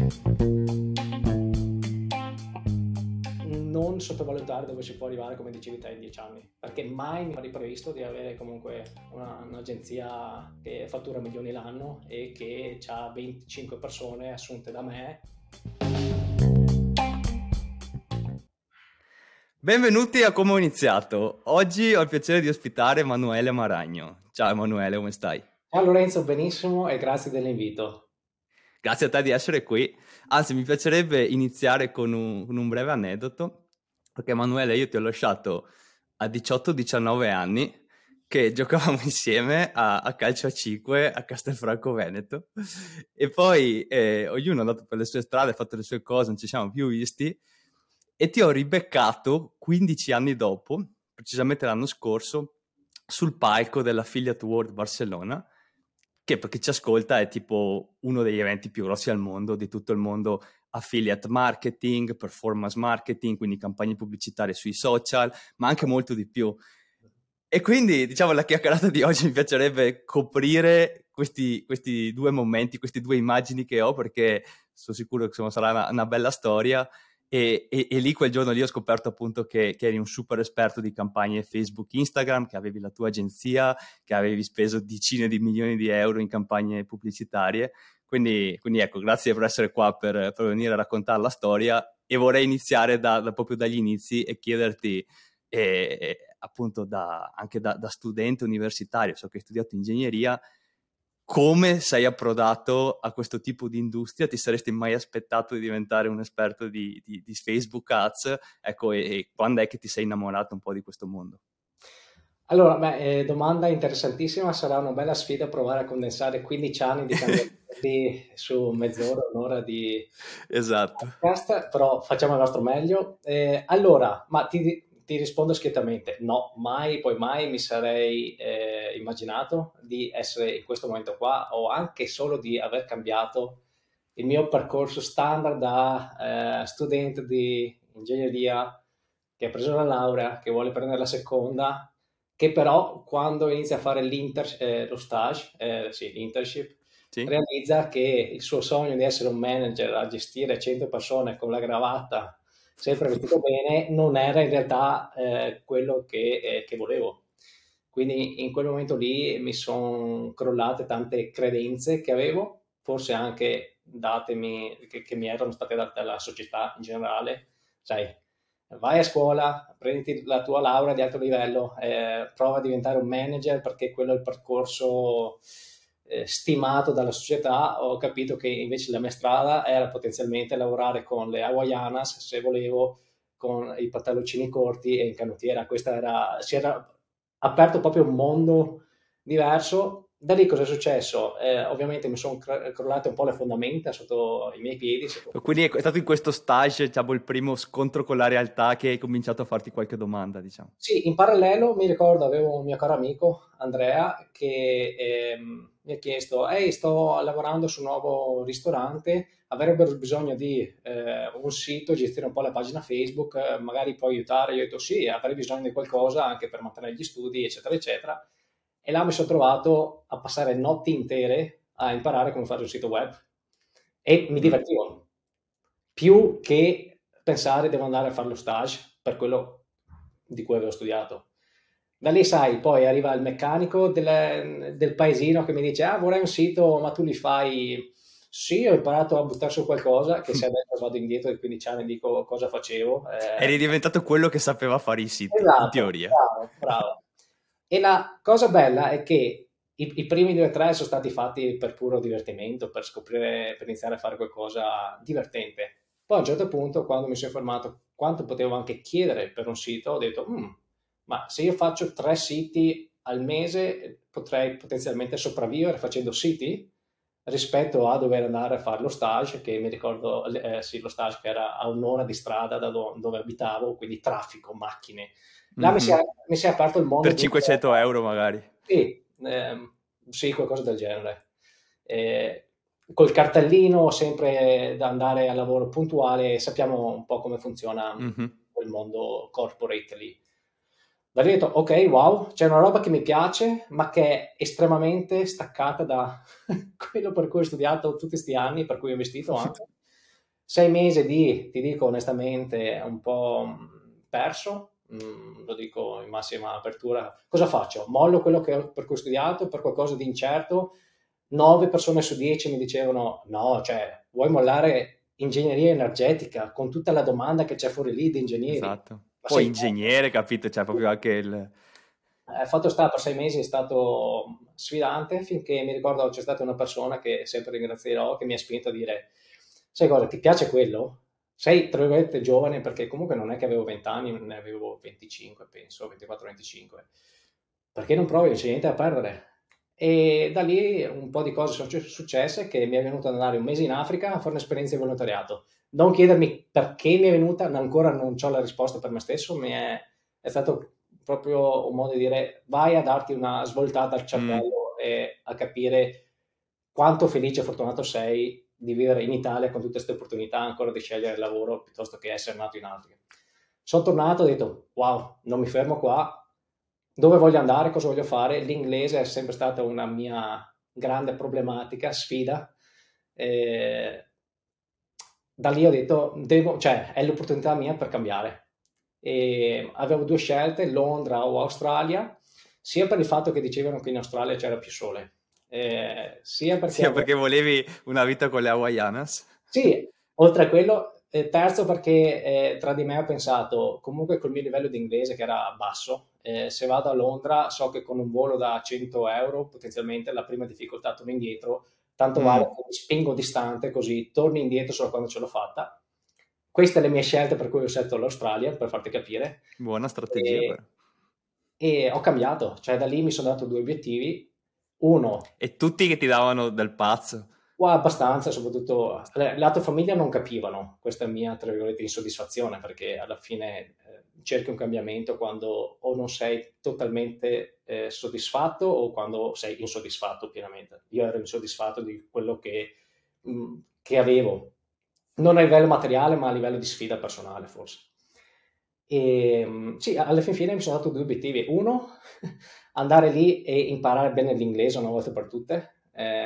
Non sottovalutare dove si può arrivare, come dicevi te, in 10 anni, perché mai mi ero previsto di avere comunque un'agenzia che fattura milioni l'anno e che ha 25 persone assunte da me. Benvenuti a Come ho iniziato. Oggi ho il piacere di ospitare Emanuele Maragno. Ciao Emanuele, come stai? Ciao Lorenzo, benissimo e grazie dell'invito. Grazie a te di essere qui. Anzi, mi piacerebbe iniziare con un breve aneddoto, perché Emanuele, io ti ho lasciato a 18-19 anni che giocavamo insieme a calcio a 5 a Castelfranco Veneto e poi ognuno è andato per le sue strade, ha fatto le sue cose, non ci siamo più visti e ti ho ribeccato 15 anni dopo, precisamente l'anno scorso, sul palco dell'Affiliate World Barcellona, che per chi ci ascolta è tipo uno degli eventi più grossi al mondo, di tutto il mondo, affiliate marketing, performance marketing, quindi campagne pubblicitarie sui social, ma anche molto di più. E quindi, diciamo, la chiacchierata di oggi mi piacerebbe coprire questi due momenti, queste due immagini che ho, perché sono sicuro che insomma, sarà una bella storia. E lì quel giorno lì ho scoperto appunto che eri un super esperto di campagne Facebook, Instagram, che avevi la tua agenzia, che avevi speso decine di milioni di euro in campagne pubblicitarie. Quindi ecco, grazie per essere qua per venire a raccontare la storia e vorrei iniziare proprio dagli inizi e chiederti appunto anche da studente universitario, so che hai studiato ingegneria, come sei approdato a questo tipo di industria? Ti saresti mai aspettato di diventare un esperto di Facebook Ads? Ecco, e quando è che ti sei innamorato un po' di questo mondo? Allora, domanda interessantissima, sarà una bella sfida provare a condensare 15 anni di cambiamenti su mezz'ora, un'ora di Esatto. podcast, però facciamo il nostro meglio. Allora, ma ti rispondo schiettamente, no, mai, poi mai mi sarei immaginato di essere in questo momento qua o anche solo di aver cambiato il mio percorso standard da studente di ingegneria che ha preso la laurea, che vuole prendere la seconda, che però quando inizia a fare l'internship, Sì? realizza che il suo sogno di essere un manager a gestire 100 persone con la cravatta, sempre vestito bene, non era in realtà quello che volevo. Quindi in quel momento lì mi sono crollate tante credenze che avevo, forse anche che mi erano state date dalla società in generale, sai, vai a scuola, prendi la tua laurea di alto livello, prova a diventare un manager perché quello è il percorso stimato dalla società. Ho capito che invece la mia strada era potenzialmente lavorare con le Hawaianas, se volevo, con i pantaloncini corti e in canottiera. Si era aperto proprio un mondo diverso. Da lì cosa è successo? Ovviamente mi sono crollate un po' le fondamenta sotto i miei piedi. Quindi è stato in questo stage, diciamo, il primo scontro con la realtà che hai cominciato a farti qualche domanda, diciamo. Sì, in parallelo mi ricordo avevo un mio caro amico Andrea che mi ha chiesto: Ehi, sto lavorando su un nuovo ristorante, avrebbero bisogno di un sito, gestire un po' la pagina Facebook, magari puoi aiutare. Io ho detto sì, avrei bisogno di qualcosa anche per mantenere gli studi, eccetera, eccetera. E là mi sono trovato a passare notti intere a imparare come fare un sito web e mi divertivo più che pensare devo andare a fare lo stage per quello di cui avevo studiato. Da lì, sai, poi arriva il meccanico del paesino che mi dice: Ah, vorrei un sito, ma tu li fai? Sì, ho imparato a buttare su qualcosa, che se adesso vado indietro di 15 anni e dico cosa facevo. Eri diventato quello che sapeva fare i siti, in Esatto, teoria. bravo, bravo. E la cosa bella è che i primi 2 o 3 sono stati fatti per puro divertimento, per scoprire, per iniziare a fare qualcosa divertente. Poi a un certo punto, quando mi sono informato quanto potevo anche chiedere per un sito, ho detto: ma se io faccio 3 siti al mese, potrei potenzialmente sopravvivere facendo siti rispetto a dover andare a fare lo stage, che mi ricordo, sì, lo stage che era a un'ora di strada da dove abitavo, quindi traffico, macchine. Là Mhm. mi si è aperto il mondo Per di... 500 euro magari. Sì, sì, qualcosa del genere. Col cartellino, sempre da andare al lavoro puntuale, sappiamo un po' come funziona Mhm. quel mondo corporate lì. Da lì ho detto, ok, wow, c'è una roba che mi piace, ma che è estremamente staccata da quello per cui ho studiato tutti questi anni, per cui ho investito anche. 6 mesi ti dico onestamente, un po' perso, lo dico in massima apertura. Cosa faccio? Mollo quello per cui ho studiato per qualcosa di incerto? 9 persone su 10 mi dicevano no, cioè vuoi mollare ingegneria energetica con tutta la domanda che c'è fuori lì di ingegneri? Esatto. Ma Poi sei ingegnere, capito? C'è proprio anche il... fatto sta per 6 mesi è stato sfidante finché mi ricordo c'è stata una persona che sempre ringrazierò che mi ha spinto a dire sai cosa, ti piace quello? Sei tra virgolette giovane perché comunque non è che avevo 20 anni, ne avevo 25 penso, 24-25. Perché non provi? Non c'è niente da perdere. E da lì un po' di cose sono successe che mi è venuto ad andare un mese in Africa a fare un'esperienza di volontariato. Non chiedermi perché mi è venuta, ancora non ho la risposta per me stesso, è stato proprio un modo di dire vai a darti una svoltata al Mm, cervello e a capire quanto felice e fortunato sei di vivere in Italia con tutte queste opportunità ancora di scegliere il lavoro piuttosto che essere nato in Africa. Sono tornato e ho detto wow, non mi fermo qua, dove voglio andare, cosa voglio fare. L'inglese è sempre stata una mia grande problematica, sfida. Eh, Da lì ho detto, cioè, è l'opportunità mia per cambiare. E avevo due scelte, Londra o Australia, sia per il fatto che dicevano che in Australia c'era più sole, sia perché sia perché volevi una vita con le Hawaiianas. sì, oltre a quello, terzo perché tra di me ho pensato, comunque col mio livello di inglese che era basso, se vado a Londra so che con un volo da 100 euro potenzialmente la prima difficoltà torno indietro, tanto vale Mm, che mi spingo distante così torno indietro solo quando ce l'ho fatta. Queste le mie scelte per cui ho scelto l'Australia, per farti capire. buona strategia però. E, e ho cambiato, cioè da lì mi sono dato due obiettivi. Uno, E tutti che ti davano del pazzo. abbastanza, soprattutto lato famiglia non capivano questa mia, tra virgolette, insoddisfazione, perché alla fine cerchi un cambiamento quando o non sei totalmente soddisfatto o quando sei insoddisfatto pienamente. Io ero insoddisfatto di quello che avevo, non a livello materiale, ma a livello di sfida personale, forse. E sì, alla fin fine mi sono dato due obiettivi. Uno, andare lì e imparare bene l'inglese una volta per tutte.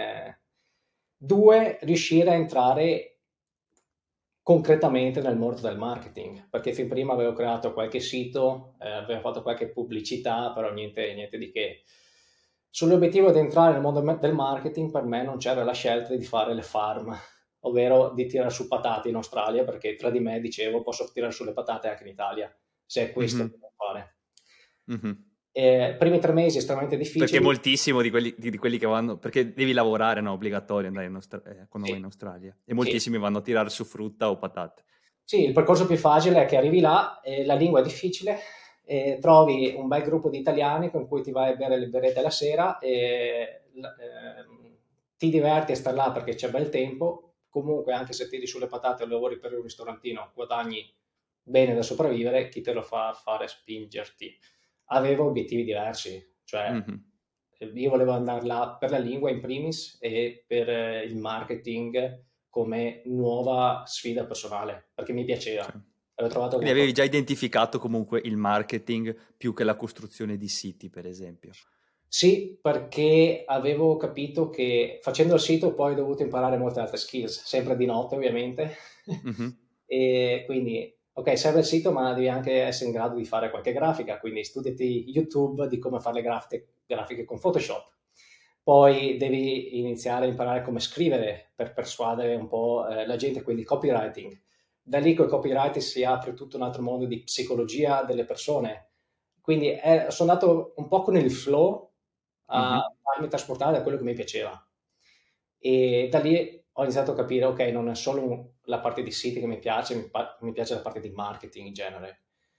Due, riuscire a entrare concretamente nel mondo del marketing, perché fin prima avevo creato qualche sito, avevo fatto qualche pubblicità, però niente di che. Sull'obiettivo di entrare nel mondo del marketing, per me non c'era la scelta di fare le farm, ovvero di tirare su patate in Australia, perché tra di me dicevo posso tirare sulle patate anche in Italia, se è questo che Mhm, devo fare. mhm. Primi 3 mesi estremamente Perché difficili. moltissimo di quelli che vanno... Perché devi lavorare, no? Obbligatorio andare quando vai Sì, in Australia. E sì. moltissimi vanno a tirare su frutta o patate. Sì, il percorso più facile è che arrivi là, la lingua è difficile, trovi un bel gruppo di italiani con cui ti vai a bere le berrette la sera e ti diverti a star là perché c'è bel tempo. Comunque, anche se tiri sulle patate o lavori per un ristorantino, guadagni bene da sopravvivere, chi te lo fa fare spingerti? Avevo obiettivi diversi, cioè Mhm, io volevo andare là per la lingua in primis e per il marketing come nuova sfida personale, perché mi piaceva. sì. Avevo trovato Quindi qualcosa. avevi già identificato comunque il marketing più che la costruzione di siti, per esempio. Sì, perché avevo capito che facendo il sito poi ho dovuto imparare molte altre skills, sempre di notte ovviamente. Mhm, E quindi, ok, serve il sito, ma devi anche essere in grado di fare qualche grafica, quindi studiati YouTube di come fare le grafiche con Photoshop. Poi devi iniziare a imparare come scrivere per persuadere un po' la gente, quindi copywriting. Da lì col copywriting si apre tutto un altro mondo di psicologia delle persone. Quindi sono andato un po' con il flow a mhm, farmi trasportare da quello che mi piaceva. E da lì ho iniziato a capire, ok, non è solo la parte di siti che mi piace, mi piace la parte di marketing in genere.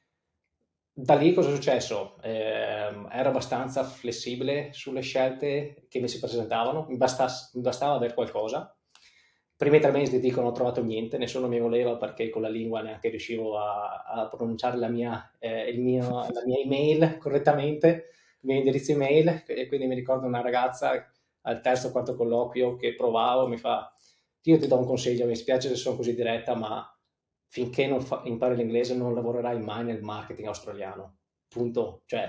Da lì cosa è successo? Ero abbastanza flessibile sulle scelte che mi si presentavano, mi bastava avere qualcosa. Primi 3 mesi ti dico non ho trovato niente, nessuno mi voleva perché con la lingua neanche riuscivo a pronunciare la mia email correttamente, il mio indirizzo email, e quindi mi ricordo una ragazza al terzo o quarto colloquio che provavo, mi fa, io ti do un consiglio, mi spiace se sono così diretta, ma finché non impari l'inglese non lavorerai mai nel marketing australiano. Punto. Cioè,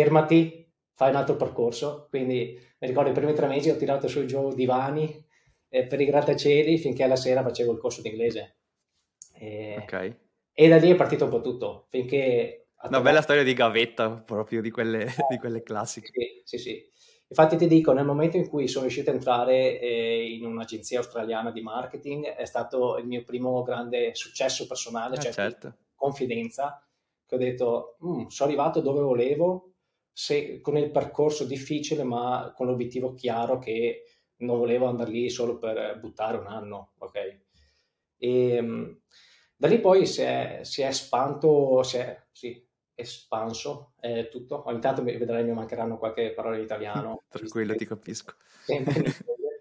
fermati, fai un altro percorso. Quindi mi ricordo i primi 3 mesi ho tirato su e giù divani, per i grattacieli finché alla sera facevo il corso di inglese. E, Ok. e da lì è partito un po' tutto, finché a Una bella trovare... storia di gavetta, proprio di quelle, di quelle Sì, classiche. sì, sì, sì. Infatti ti dico, nel momento in cui sono riuscito a entrare in un'agenzia australiana di marketing, è stato il mio primo grande successo personale, cioè di Certo. confidenza, che ho detto, sono arrivato dove volevo, con il percorso difficile, ma con l'obiettivo chiaro che non volevo andare lì solo per buttare un anno, ok? E, da lì poi si è espanto, sì, espanso tutto. Ogni tanto mi vedrai, mi mancheranno qualche parola in italiano, visto Tranquillo, che ti capisco. sempre in inglese.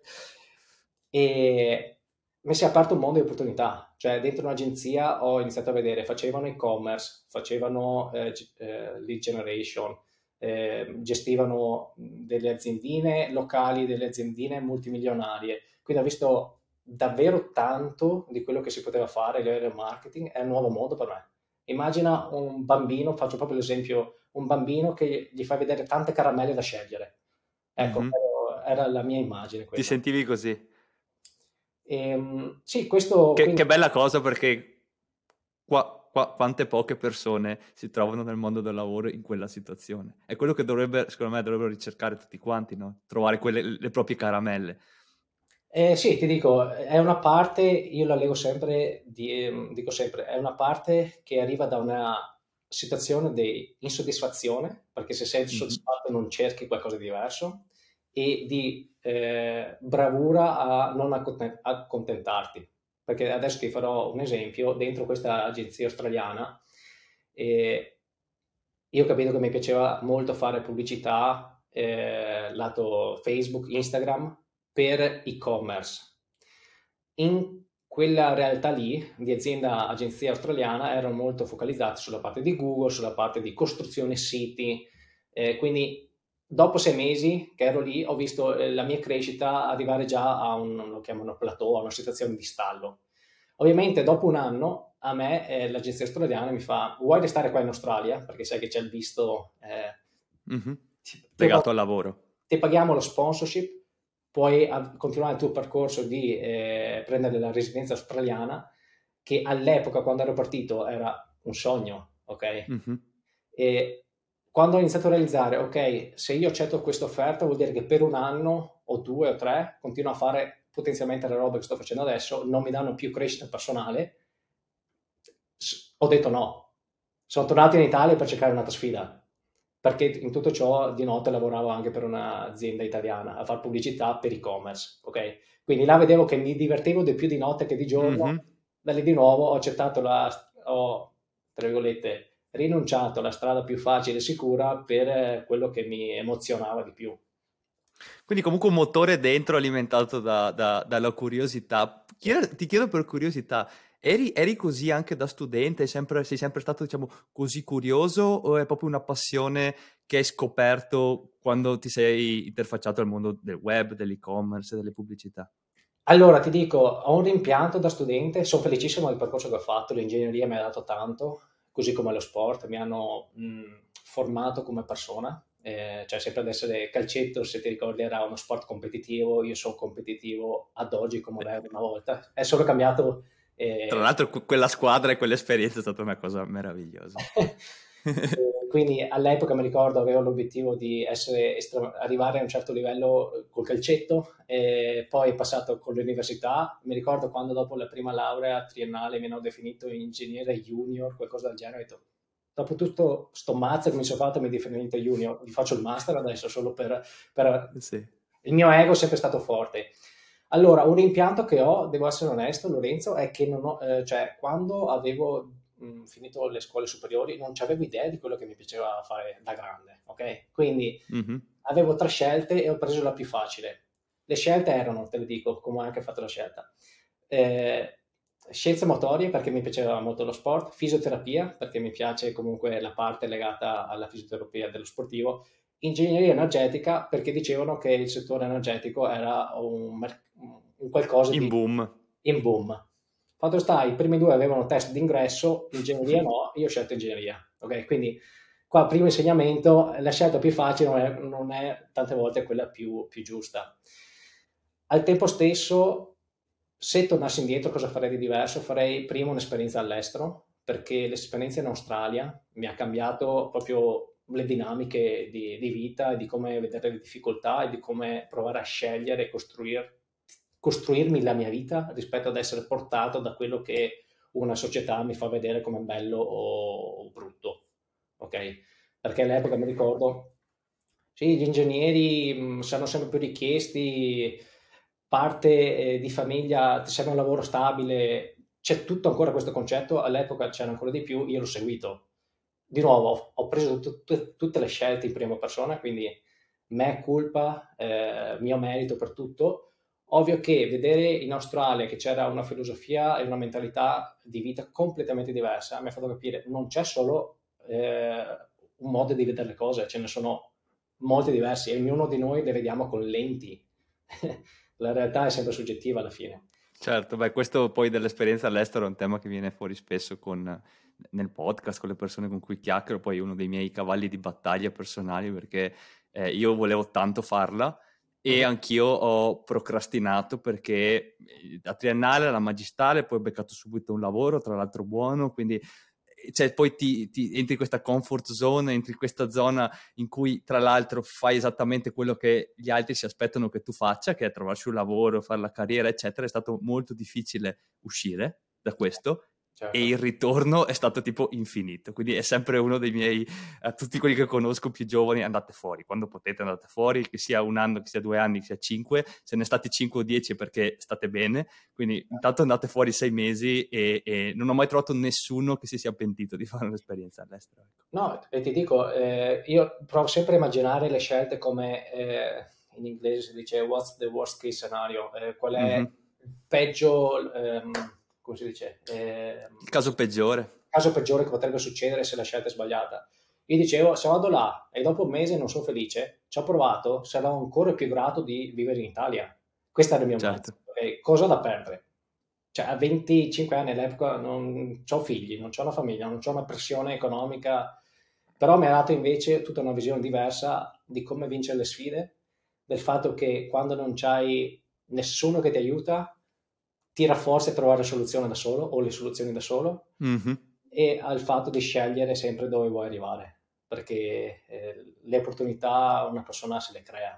E mi si è aperto un mondo di opportunità, cioè dentro un'agenzia ho iniziato a vedere, facevano e-commerce, facevano lead generation, gestivano delle aziendine locali, delle aziendine multimilionarie, quindi ho visto davvero tanto di quello che si poteva fare a livello di marketing, è un nuovo mondo per me. Immagina un bambino, faccio proprio l'esempio, un bambino che gli fai vedere tante caramelle da scegliere. Ecco, Mhm. era la mia immagine Ti quella. sentivi così? Sì, questo Che, quindi che bella cosa perché quante poche persone si trovano nel mondo del lavoro in quella situazione. È quello che dovrebbe, secondo me, dovrebbero ricercare tutti quanti, no? Trovare le proprie caramelle. sì, ti dico, è una parte, io la leggo sempre, dico sempre, è una parte che arriva da una situazione di insoddisfazione, perché se sei Mhm. soddisfatto non cerchi qualcosa di diverso, e di bravura a non accontentarti. Perché adesso ti farò un esempio, dentro questa agenzia australiana, eh, io ho capito che mi piaceva molto fare pubblicità lato Facebook, Instagram, per e-commerce. In quella realtà lì, di azienda agenzia australiana, erano molto focalizzati sulla parte di Google, sulla parte di costruzione siti, quindi dopo 6 mesi che ero lì ho visto la mia crescita arrivare già a lo chiamano plateau, a una situazione di stallo. Ovviamente dopo un anno a me l'agenzia australiana mi fa, vuoi restare qua in Australia? Perché sai che c'è il visto, Mhm. ti, Legato al lavoro. ti paghiamo lo sponsorship, puoi continuare il tuo percorso di prendere la residenza australiana, che all'epoca quando ero partito era un sogno, ok? Mhm. E quando ho iniziato a realizzare, ok, se io accetto questa offerta vuol dire che per un anno o 2 o 3 continuo a fare potenzialmente la roba che sto facendo adesso, non mi danno più crescita personale, ho detto no. Sono tornato in Italia per cercare un'altra sfida, perché in tutto ciò di notte lavoravo anche per un'azienda italiana a fare pubblicità per e-commerce, ok? Quindi là vedevo che mi divertevo di più di notte che di giorno, Mhm. da lì di nuovo ho accettato ho, tra virgolette, rinunciato alla strada più facile e sicura per quello che mi emozionava di più. Quindi comunque un motore dentro alimentato dalla curiosità. Sì. Ti chiedo per curiosità, eri così anche da studente? Sei sempre stato, diciamo, così curioso o è proprio una passione che hai scoperto quando ti sei interfacciato al mondo del web, dell'e-commerce, delle pubblicità? Allora, ti dico, ho un rimpianto da studente, sono felicissimo del percorso che ho fatto, l'ingegneria mi ha dato tanto, così come lo sport, mi hanno formato come persona, cioè sempre ad essere calcetto, se ti ricordi, era uno sport competitivo, io sono competitivo ad oggi come Sì. ero una volta, è solo cambiato. Tra eh, l'altro quella squadra e quell'esperienza è stata una cosa meravigliosa. Quindi all'epoca mi ricordo avevo l'obiettivo di arrivare a un certo livello col calcetto, e poi passato con l'università. Mi ricordo quando dopo la prima laurea triennale mi hanno definito ingegnere junior, qualcosa del genere. Ho detto, dopo tutto sto mazzo che mi sono fatto, mi hai definito junior, mi faccio il master adesso solo per... Sì. Il mio ego è sempre stato forte. Allora, un rimpianto che ho, devo essere onesto, Lorenzo, è che non ho, cioè, quando avevo finito le scuole superiori non avevo idea di quello che mi piaceva fare da grande, ok? Quindi Mhm. avevo 3 scelte e ho preso la più facile. Le scelte erano, te le dico, come ho anche fatto la scelta. Eh, Scienze motorie perché mi piaceva molto lo sport, fisioterapia perché mi piace comunque la parte legata alla fisioterapia dello sportivo, ingegneria energetica perché dicevano che il settore energetico era un qualcosa In di boom. in boom. Fatto sta, i primi due avevano test d'ingresso, ingegneria no, io ho scelto ingegneria. Ok, quindi qua primo insegnamento, la scelta più facile non è tante volte quella più giusta. Al tempo stesso, se tornassi indietro, cosa farei di diverso? Farei prima un'esperienza all'estero, perché l'esperienza in Australia mi ha cambiato proprio le dinamiche di vita e di come vedere le difficoltà e di come provare a scegliere e costruirmi la mia vita rispetto ad essere portato da quello che una società mi fa vedere come bello o brutto. Ok? Perché all'epoca mi ricordo, sì, gli ingegneri saranno sempre più richiesti, parte di famiglia, ti serve un lavoro stabile, c'è tutto ancora questo concetto, all'epoca c'era ancora di più, io l'ho seguito. Di nuovo, ho preso tutte le scelte in prima persona, quindi me colpa, mio merito per tutto. Ovvio che vedere in Australia che c'era una filosofia e una mentalità di vita completamente diversa mi ha fatto capire non c'è solo un modo di vedere le cose, ce ne sono molti diversi e ognuno di noi le vediamo con lenti. La realtà è sempre soggettiva alla fine. Certo, beh, questo poi dell'esperienza all'estero è un tema che viene fuori spesso nel podcast, con le persone con cui chiacchiero, poi è uno dei miei cavalli di battaglia personali perché io volevo tanto farla e Mhm. anch'io ho procrastinato perché la triennale, la magistrale, poi ho beccato subito un lavoro, tra l'altro buono, quindi cioè, poi ti entri in questa comfort zone, entri in questa zona in cui tra l'altro fai esattamente quello che gli altri si aspettano che tu faccia, che è trovarsi un lavoro, fare la carriera, eccetera. È stato molto difficile uscire da questo e Certo. il ritorno è stato tipo infinito. Quindi è sempre uno dei miei, a tutti quelli che conosco più giovani, andate fuori. Quando potete andate fuori, che sia un anno, che sia 2 anni, che sia 5. Se ne state 5 o 10 è perché state bene. Quindi intanto andate fuori 6 mesi e non ho mai trovato nessuno che si sia pentito di fare un'esperienza all'estero. Ecco. No, e ti dico, io provo sempre a immaginare le scelte come in inglese si dice what's the worst case scenario, qual è Mhm. il peggio, come si dice, Il caso peggiore. caso peggiore che potrebbe succedere se la scelta è sbagliata. Io dicevo, se vado là e dopo un mese non sono felice, ci ho provato, sarò ancora più grato di vivere in Italia. Questo era il mio Certo. mindset. Ok? Cosa da perdere? Cioè, a 25 anni all'epoca non ho figli, non ho una famiglia, non ho una pressione economica, però mi ha dato invece tutta una visione diversa di come vincere le sfide, del fatto che quando non c'hai nessuno che ti aiuta, ti rafforzi a trovare soluzioni da solo o le soluzioni da solo Mhm. e al fatto di scegliere sempre dove vuoi arrivare, perché le opportunità una persona se le crea.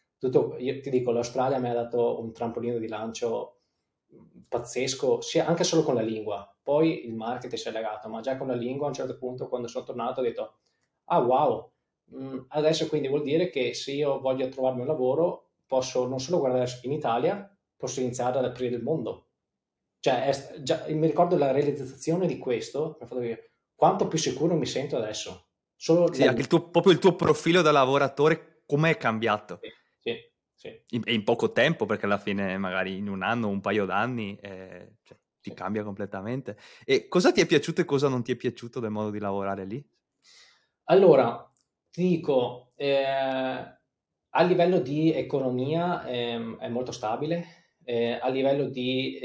Io ti dico, l'Australia mi ha dato un trampolino di lancio pazzesco, sia anche solo con la lingua. Poi il marketing si è legato, ma già con la lingua a un certo punto, quando sono tornato, ho detto: ah, wow, adesso quindi vuol dire che se io voglio trovarmi un lavoro, posso non solo guardare in Italia, posso iniziare ad aprire il mondo. Cioè, mi ricordo la realizzazione di questo, mi ha fatto dire quanto più sicuro mi sento adesso. Solo la Sì, anche lingua. proprio il tuo profilo da lavoratore, come è cambiato? Sì, sì, sì, E in poco tempo, perché alla fine magari in un anno, un paio d'anni, cioè, ti sì. cambia completamente. E cosa ti è piaciuto e cosa non ti è piaciuto del modo di lavorare lì? Allora, ti dico, a livello di economia è molto stabile, a livello di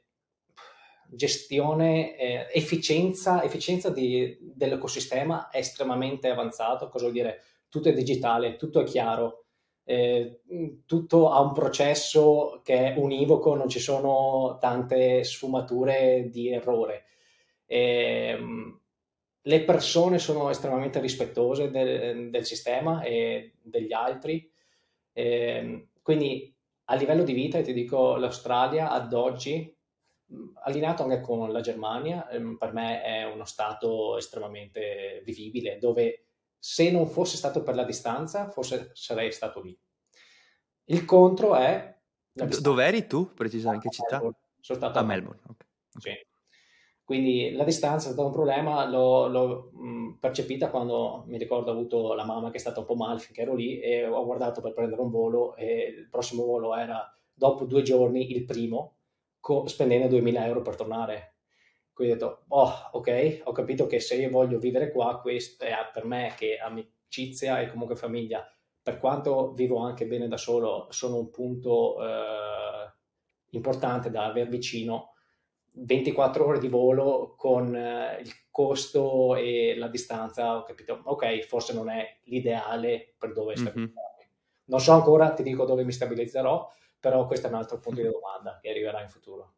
gestione, efficienza dell'ecosistema è estremamente avanzato. Cosa vuol dire? Tutto è digitale, tutto è chiaro, tutto ha un processo che è univoco, non ci sono tante sfumature di errore. Ehm, le persone sono estremamente rispettose del sistema e degli altri. Quindi a livello di vita, ti dico, l'Australia ad oggi, allineato anche con la Germania, per me è uno stato estremamente vivibile, dove se non fosse stato per la distanza, forse sarei stato lì. Il contro è la distanza. Dov'eri tu, precisamente, in A che città? Melbourne. Sono stato A a Melbourne. Melbourne, ok. Sì. Ok. Quindi la distanza è stato un problema, l'ho percepita quando mi ricordo ho avuto la mamma che è stata un po' male finché ero lì e ho guardato per prendere un volo e il prossimo volo era dopo 2 giorni il primo, spendendo 2000 € per tornare. Quindi ho detto, oh, ok, ho capito che se io voglio vivere qua, questo è per me che amicizia e comunque famiglia, per quanto vivo anche bene da solo, sono un punto importante da aver vicino. 24 ore di volo con il costo e la distanza, ho capito, ok, forse non è l'ideale per dove Mhm. stabilizzarmi. Non so ancora, ti dico dove mi stabilizzerò, però questo è un altro punto di domanda che arriverà in futuro.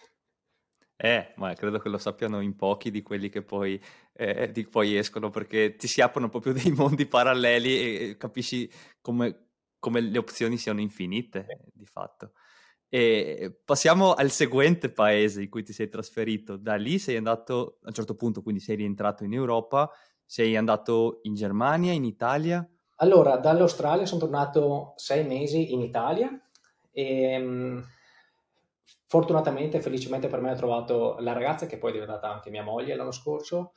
Ma credo che lo sappiano in pochi di quelli che poi escono, perché ti si aprono proprio dei mondi paralleli e capisci come le opzioni siano infinite, di fatto. E passiamo al seguente paese in cui ti sei trasferito. Da lì sei andato, a un certo punto, quindi sei rientrato in Europa, sei andato in Germania, in Italia? Allora, dall'Australia sono tornato 6 mesi in Italia e fortunatamente, felicemente per me, ho trovato la ragazza che poi è diventata anche mia moglie l'anno scorso.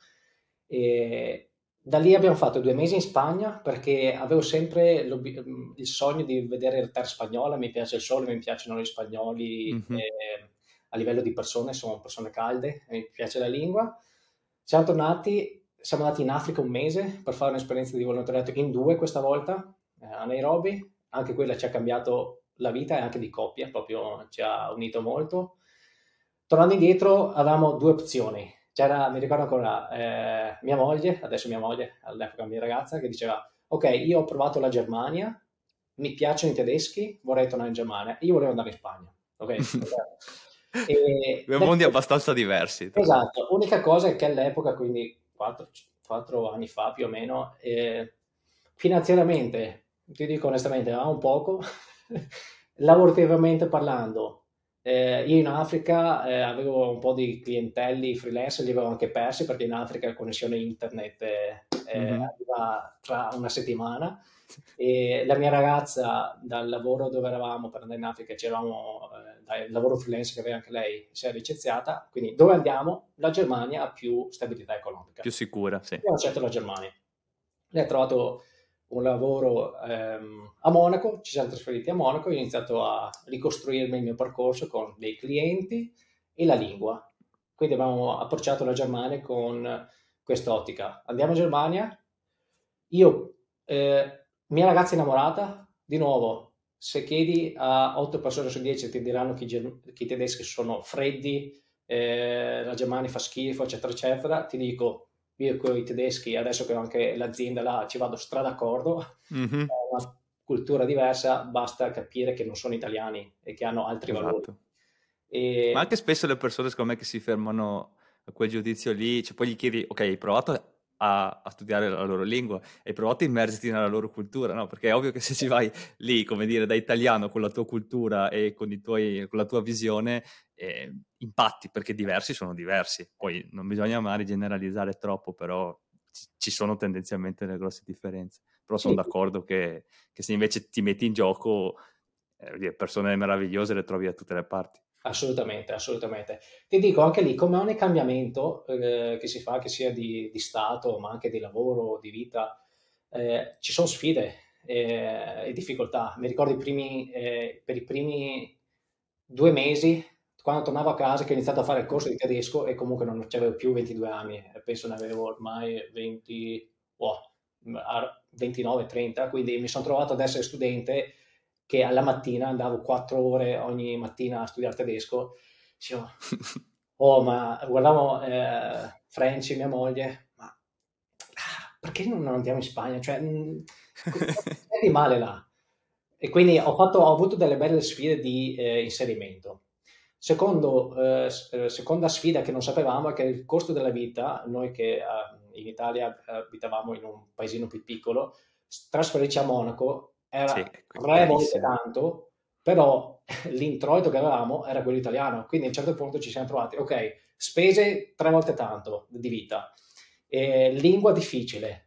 E da lì abbiamo fatto 2 mesi in Spagna perché avevo sempre il sogno di vedere il terra spagnola. Mi piace il sole, mi piacciono gli spagnoli, Mhm. a livello di persone, sono persone calde, mi piace la lingua. Siamo andati in Africa un mese per fare un'esperienza di volontariato in due questa volta, a Nairobi. Anche quella ci ha cambiato la vita e anche di coppia, proprio ci ha unito molto. Tornando indietro, avevamo due opzioni. Mi ricordo ancora, mia moglie, adesso mia moglie, all'epoca mia ragazza, che diceva: Ok, io ho provato la Germania, mi piacciono i tedeschi, vorrei tornare in Germania. Io volevo andare in Spagna, ok? E Due mondi abbastanza diversi, tra l'altro. esatto, unica cosa è che all'epoca, quindi 4 anni fa più o meno, finanziariamente, ti dico onestamente, avevamo poco, lavorativamente parlando. Io in Africa avevo un po' di clientelli freelance, li avevo anche persi perché in Africa la connessione internet Mhm. arriva tra una settimana. E la mia ragazza, dal lavoro dove eravamo per andare in Africa, c'eravamo, dal lavoro freelance che aveva anche lei, si è licenziata. Quindi dove andiamo? La Germania ha più stabilità economica. Più sicura, sì. Abbiamo scelto la Germania. Lei ha trovato un lavoro a Monaco, ci siamo trasferiti a Monaco, ho iniziato a ricostruirmi il mio percorso con dei clienti e la lingua. Quindi abbiamo approcciato la Germania con quest'ottica. Andiamo in Germania, io, mia ragazza innamorata, di nuovo, se chiedi a 8 persone su 10 ti diranno che i tedeschi sono freddi, la Germania fa schifo, eccetera, eccetera. Ti dico, io con i tedeschi, adesso che ho anche l'azienda là, ci vado stra d'accordo, è Mhm. una cultura diversa, basta capire che non sono italiani e che hanno altri valori. Esatto. Ma E anche spesso le persone, secondo me, che si fermano a quel giudizio lì, cioè poi gli chiedi, ok, hai provato a studiare la loro lingua, hai provato a immergerti nella loro cultura, no? Perché è ovvio che se ci vai lì, come dire, da italiano con la tua cultura e con la tua visione, impatti, perché diversi sono diversi. Poi non bisogna mai generalizzare troppo, però ci sono tendenzialmente delle grosse differenze. Però sono sì, d'accordo che se invece ti metti in gioco, persone meravigliose le trovi da tutte le parti. assolutamente, assolutamente. Ti dico anche lì, come ogni cambiamento che si fa, che sia di stato, ma anche di lavoro, di vita, ci sono sfide e difficoltà. Mi ricordo per i primi 2 mesi, quando tornavo a casa, che ho iniziato a fare il corso di tedesco e comunque non avevo più 22 anni, penso ne avevo ormai 20, boh, 29-30, quindi mi sono trovato ad essere studente che alla mattina andavo 4 ore ogni mattina a studiare tedesco. Dicevo, oh, ma guardavo Franci, mia moglie, ma perché non andiamo in Spagna? Cioè, cosa c'è di male là? E quindi ho avuto delle belle sfide di inserimento. Seconda sfida che non sapevamo è che il costo della vita, noi che in Italia abitavamo in un paesino più piccolo, trasferirci a Monaco Sì, era è 3 volte carissimo. tanto, però l'introito che avevamo era quello italiano, quindi a un certo punto ci siamo trovati, ok, spese 3 volte tanto di vita, lingua difficile,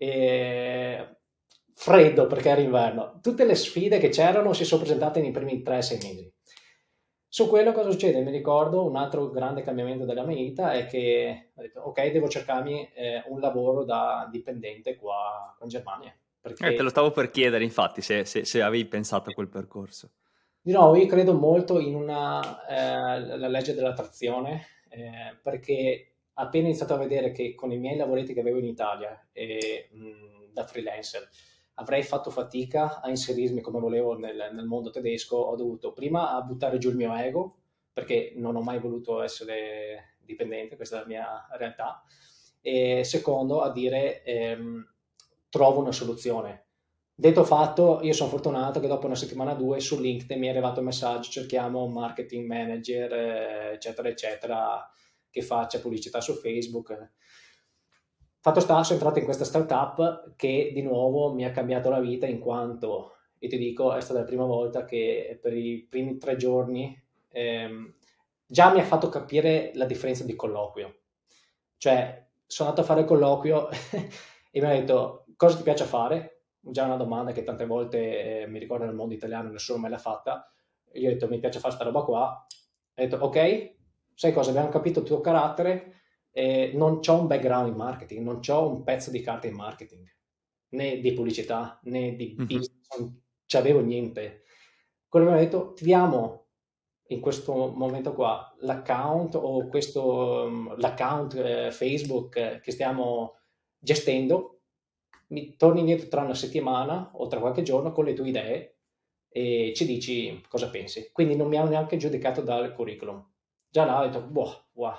freddo perché era inverno, tutte le sfide che c'erano si sono presentate nei primi 3-6 mesi. Su quello cosa succede? Mi ricordo un altro grande cambiamento della mia vita è che ho detto, ok, devo cercarmi un lavoro da dipendente qua in Germania, Te perché lo stavo per chiedere, infatti, se avevi pensato a quel percorso. di nuovo, io credo molto in la legge dell'attrazione, perché appena iniziato a vedere che con i miei lavoretti che avevo in Italia da freelancer avrei fatto fatica a inserirmi come volevo nel mondo tedesco, ho dovuto prima a buttare giù il mio ego, perché non ho mai voluto essere dipendente, questa è la mia realtà, e secondo a dire trovo una soluzione. Detto fatto, io sono fortunato che dopo una settimana o due su LinkedIn mi è arrivato un messaggio, cerchiamo un marketing manager, eccetera, eccetera, che faccia pubblicità su Facebook. Fatto sta, sono entrato in questa startup che di nuovo mi ha cambiato la vita in quanto, io ti dico, è stata la prima volta che per i primi 3 giorni già mi ha fatto capire la differenza di colloquio. Cioè, sono andato a fare il colloquio e mi ha detto cosa ti piace fare? Già una domanda che tante volte mi ricordo nel mondo italiano nessuno me l'ha fatta. Io ho detto mi piace fare sta roba qua. Ho detto ok, sai cosa? Abbiamo capito il tuo carattere, non c'ho un background in marketing, non c'ho un pezzo di carta in marketing, né di pubblicità, né di Mhm. business, non c'avevo niente. Quello che mi ha detto, ti diamo in questo momento qua l'account o l'account Facebook che stiamo gestendo, mi torni indietro tra una settimana o tra qualche giorno con le tue idee e ci dici cosa pensi. Quindi non mi hanno neanche giudicato dal curriculum. Già là ho detto, boh, wow,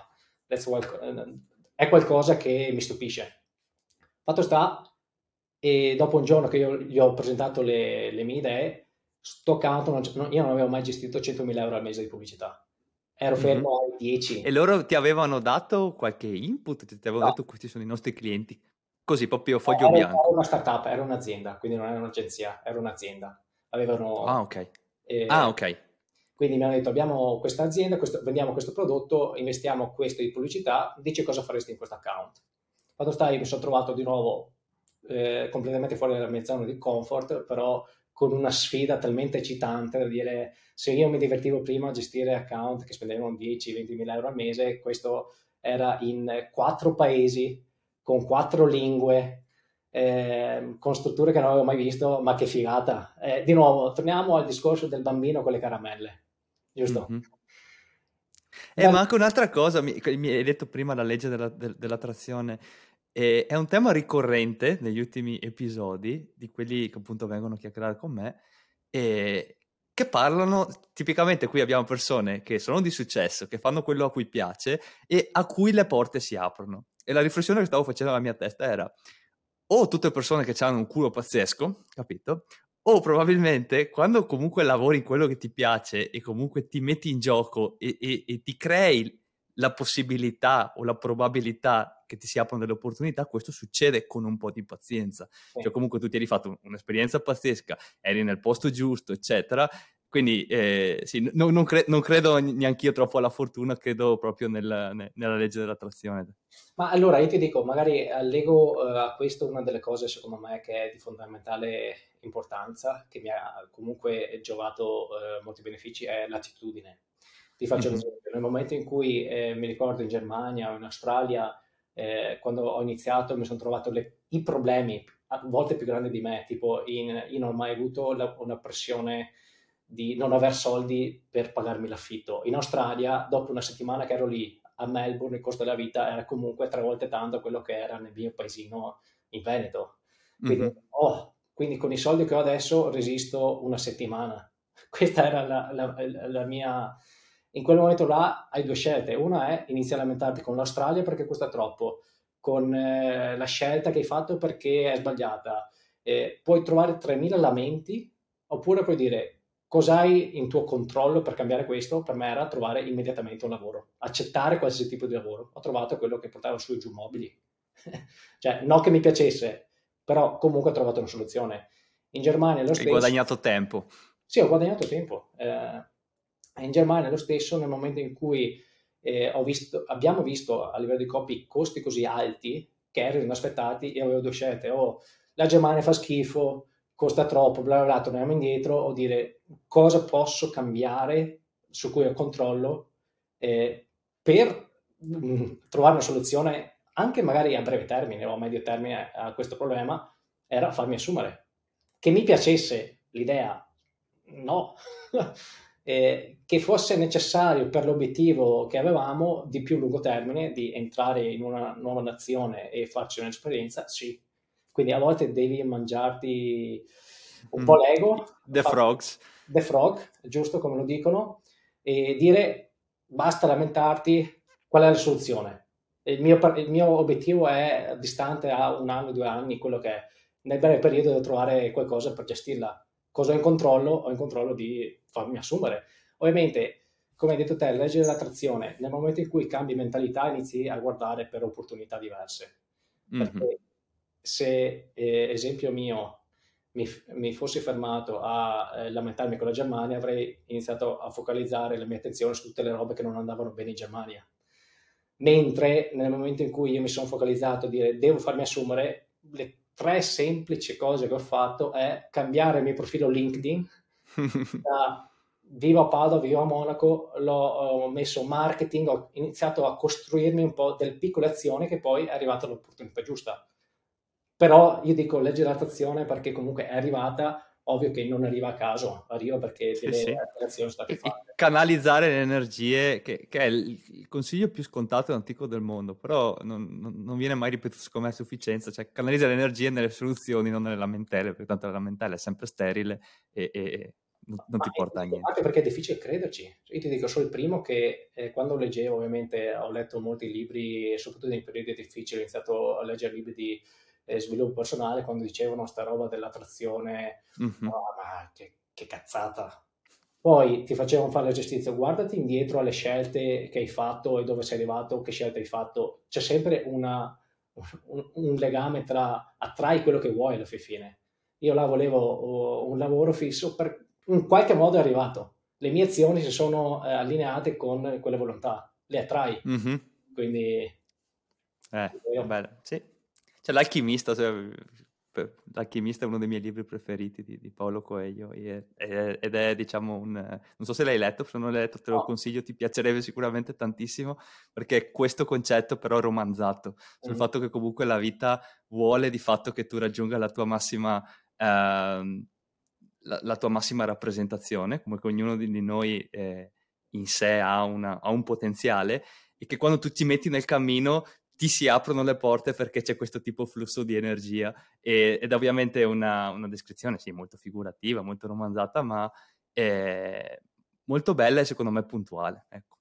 è qualcosa che mi stupisce. Fatto sta, e dopo un giorno che io gli ho presentato le mie idee, sto account, io non avevo mai gestito 100.000 euro al mese di pubblicità. Ero Mhm. fermo ai 10. E loro ti avevano dato qualche input? Ti avevano No, detto questi sono i nostri clienti? Così, proprio no, foglio era bianco. una startup, era un'azienda, quindi non era un'agenzia, era un'azienda. Ah, Avevano, ok. Ah, eh, ok. quindi mi hanno detto abbiamo questa azienda, vendiamo questo prodotto, investiamo questo di pubblicità, dici cosa faresti in questo account. Quando stai, mi sono trovato di nuovo completamente fuori dalla mia zona di comfort, però con una sfida talmente eccitante da dire se io mi divertivo prima a gestire account che spendevano 10-20 mila euro al mese, questo era in 4 paesi, con 4 lingue, con strutture che non avevo mai visto, ma che figata. Di nuovo, torniamo al discorso del bambino con le caramelle, giusto? Mhm. Da Ma lì- anche un'altra cosa, mi hai detto prima la legge dell'attrazione, è un tema ricorrente negli ultimi episodi, di quelli che appunto vengono a chiacchierare con me, e che parlano, tipicamente qui abbiamo persone che sono di successo, che fanno quello a cui piace e a cui le porte si aprono. E la riflessione che stavo facendo nella mia testa era, o tutte persone che hanno un culo pazzesco, capito? O probabilmente quando comunque lavori in quello che ti piace e comunque ti metti in gioco e ti crei la possibilità o la probabilità che ti si aprono delle opportunità, questo succede con un po' di pazienza. Cioè sì. comunque tu ti eri fatto un'esperienza pazzesca, eri nel posto giusto, eccetera. Quindi sì, non credo neanche io troppo alla fortuna, credo proprio nella legge dell'attrazione. Ma allora io ti dico, magari allego a questo una delle cose secondo me che è di fondamentale importanza, che mi ha comunque giovato molti benefici, è l'attitudine. Ti faccio un Mhm. esempio, nel momento in cui mi ricordo in Germania o in Australia, quando ho iniziato mi sono trovato i problemi, a volte più grandi di me, tipo io non ho mai avuto una pressione di non aver soldi per pagarmi l'affitto. In Australia, dopo una settimana che ero lì a Melbourne, il costo della vita era comunque 3 volte tanto quello che era nel mio paesino in Veneto. Quindi, Mhm. quindi con i soldi che ho adesso resisto una settimana. Questa era la mia... In quel momento là hai due scelte. Una è iniziare a lamentarti con l'Australia perché costa troppo, con la scelta che hai fatto perché è sbagliata. Puoi trovare 3.000 lamenti oppure puoi dire cos'hai in tuo controllo per cambiare questo? Per me era trovare immediatamente un lavoro, accettare qualsiasi tipo di lavoro. Ho trovato quello che portava su e giù mobili. Cioè, no che mi piacesse, però comunque ho trovato una soluzione. In Germania è lo Hai stesso. guadagnato tempo. Sì, ho guadagnato tempo. In Germania è lo stesso nel momento in cui abbiamo visto a livello di copy costi così alti che erano inaspettati e avevo due scelte. O la Germania fa schifo, costa troppo, bla bla bla, torniamo indietro, o dire cosa posso cambiare su cui ho controllo per trovare una soluzione anche magari a breve termine o a medio termine a questo problema, era farmi assumere. Che mi piacesse l'idea, no. Che fosse necessario per l'obiettivo che avevamo di più lungo termine, di entrare in una nuova nazione e farci un'esperienza, sì. Quindi a volte devi mangiarti un po' Mhm. l'ego, The Frogs. the frog, giusto come lo dicono, e dire basta lamentarti, qual è la soluzione? Il mio obiettivo è distante a 1 anno, 2 anni, quello che è. nel breve periodo devo trovare qualcosa per gestirla. Cosa ho in controllo? Ho in controllo di farmi assumere. Ovviamente, come hai detto te, legge dell'attrazione, nel momento in cui cambi mentalità inizi a guardare per opportunità diverse. Mhm. Perché se, esempio mio, mi fossi fermato a lamentarmi con la Germania, avrei iniziato a focalizzare la mia attenzione su tutte le robe che non andavano bene in Germania. Mentre nel momento in cui io mi sono focalizzato a dire devo farmi assumere, le tre semplici cose che ho fatto è cambiare il mio profilo LinkedIn da vivo a Padova, vivo a Monaco, ho messo marketing, ho iniziato a costruirmi un po' delle piccole azioni che poi è arrivata l'opportunità giusta. Però io dico legge dell'attrazione perché comunque è arrivata, ovvio che non arriva a caso, arriva perché Sì, delle sì. azioni sono state E fatte. canalizzare le energie, che è il consiglio più scontato e antico del mondo, però non viene mai ripetuto secondo me a sufficienza, cioè canalizza le energie nelle soluzioni, non nelle lamentele, perché tanto la lamentela è sempre sterile e non Ma ti porta a niente. anche perché è difficile crederci. Io ti dico, sono il primo che quando leggevo, ovviamente ho letto molti libri, soprattutto nei periodi difficili, ho iniziato a leggere libri di sviluppo personale, quando dicevano sta roba dell'attrazione, Mhm. ma che cazzata. Poi ti facevano fare l'esercizio, guardati indietro alle scelte che hai fatto e dove sei arrivato, che scelte hai fatto. C'è sempre un legame tra attrai quello che vuoi alla fine. Io là volevo un lavoro fisso, in qualche modo è arrivato. Le mie azioni si sono allineate con quelle volontà, le attrai. Mhm. Quindi, Bello, sì. C'è L'Alchimista, L'Alchimista è uno dei miei libri preferiti di Paolo Coelho ed è, diciamo, non so se l'hai letto, se non l'hai letto te lo no. consiglio, ti piacerebbe sicuramente tantissimo, perché è questo concetto però romanzato, sul Mm. fatto che comunque la vita vuole di fatto che tu raggiunga la tua massima, la tua massima rappresentazione, come che ognuno di noi in sé ha un potenziale, e che quando tu ti metti nel cammino ti si aprono le porte perché c'è questo tipo flusso di energia ed è ovviamente una descrizione, sì, molto figurativa, molto romanzata, ma è molto bella e secondo me puntuale, ecco.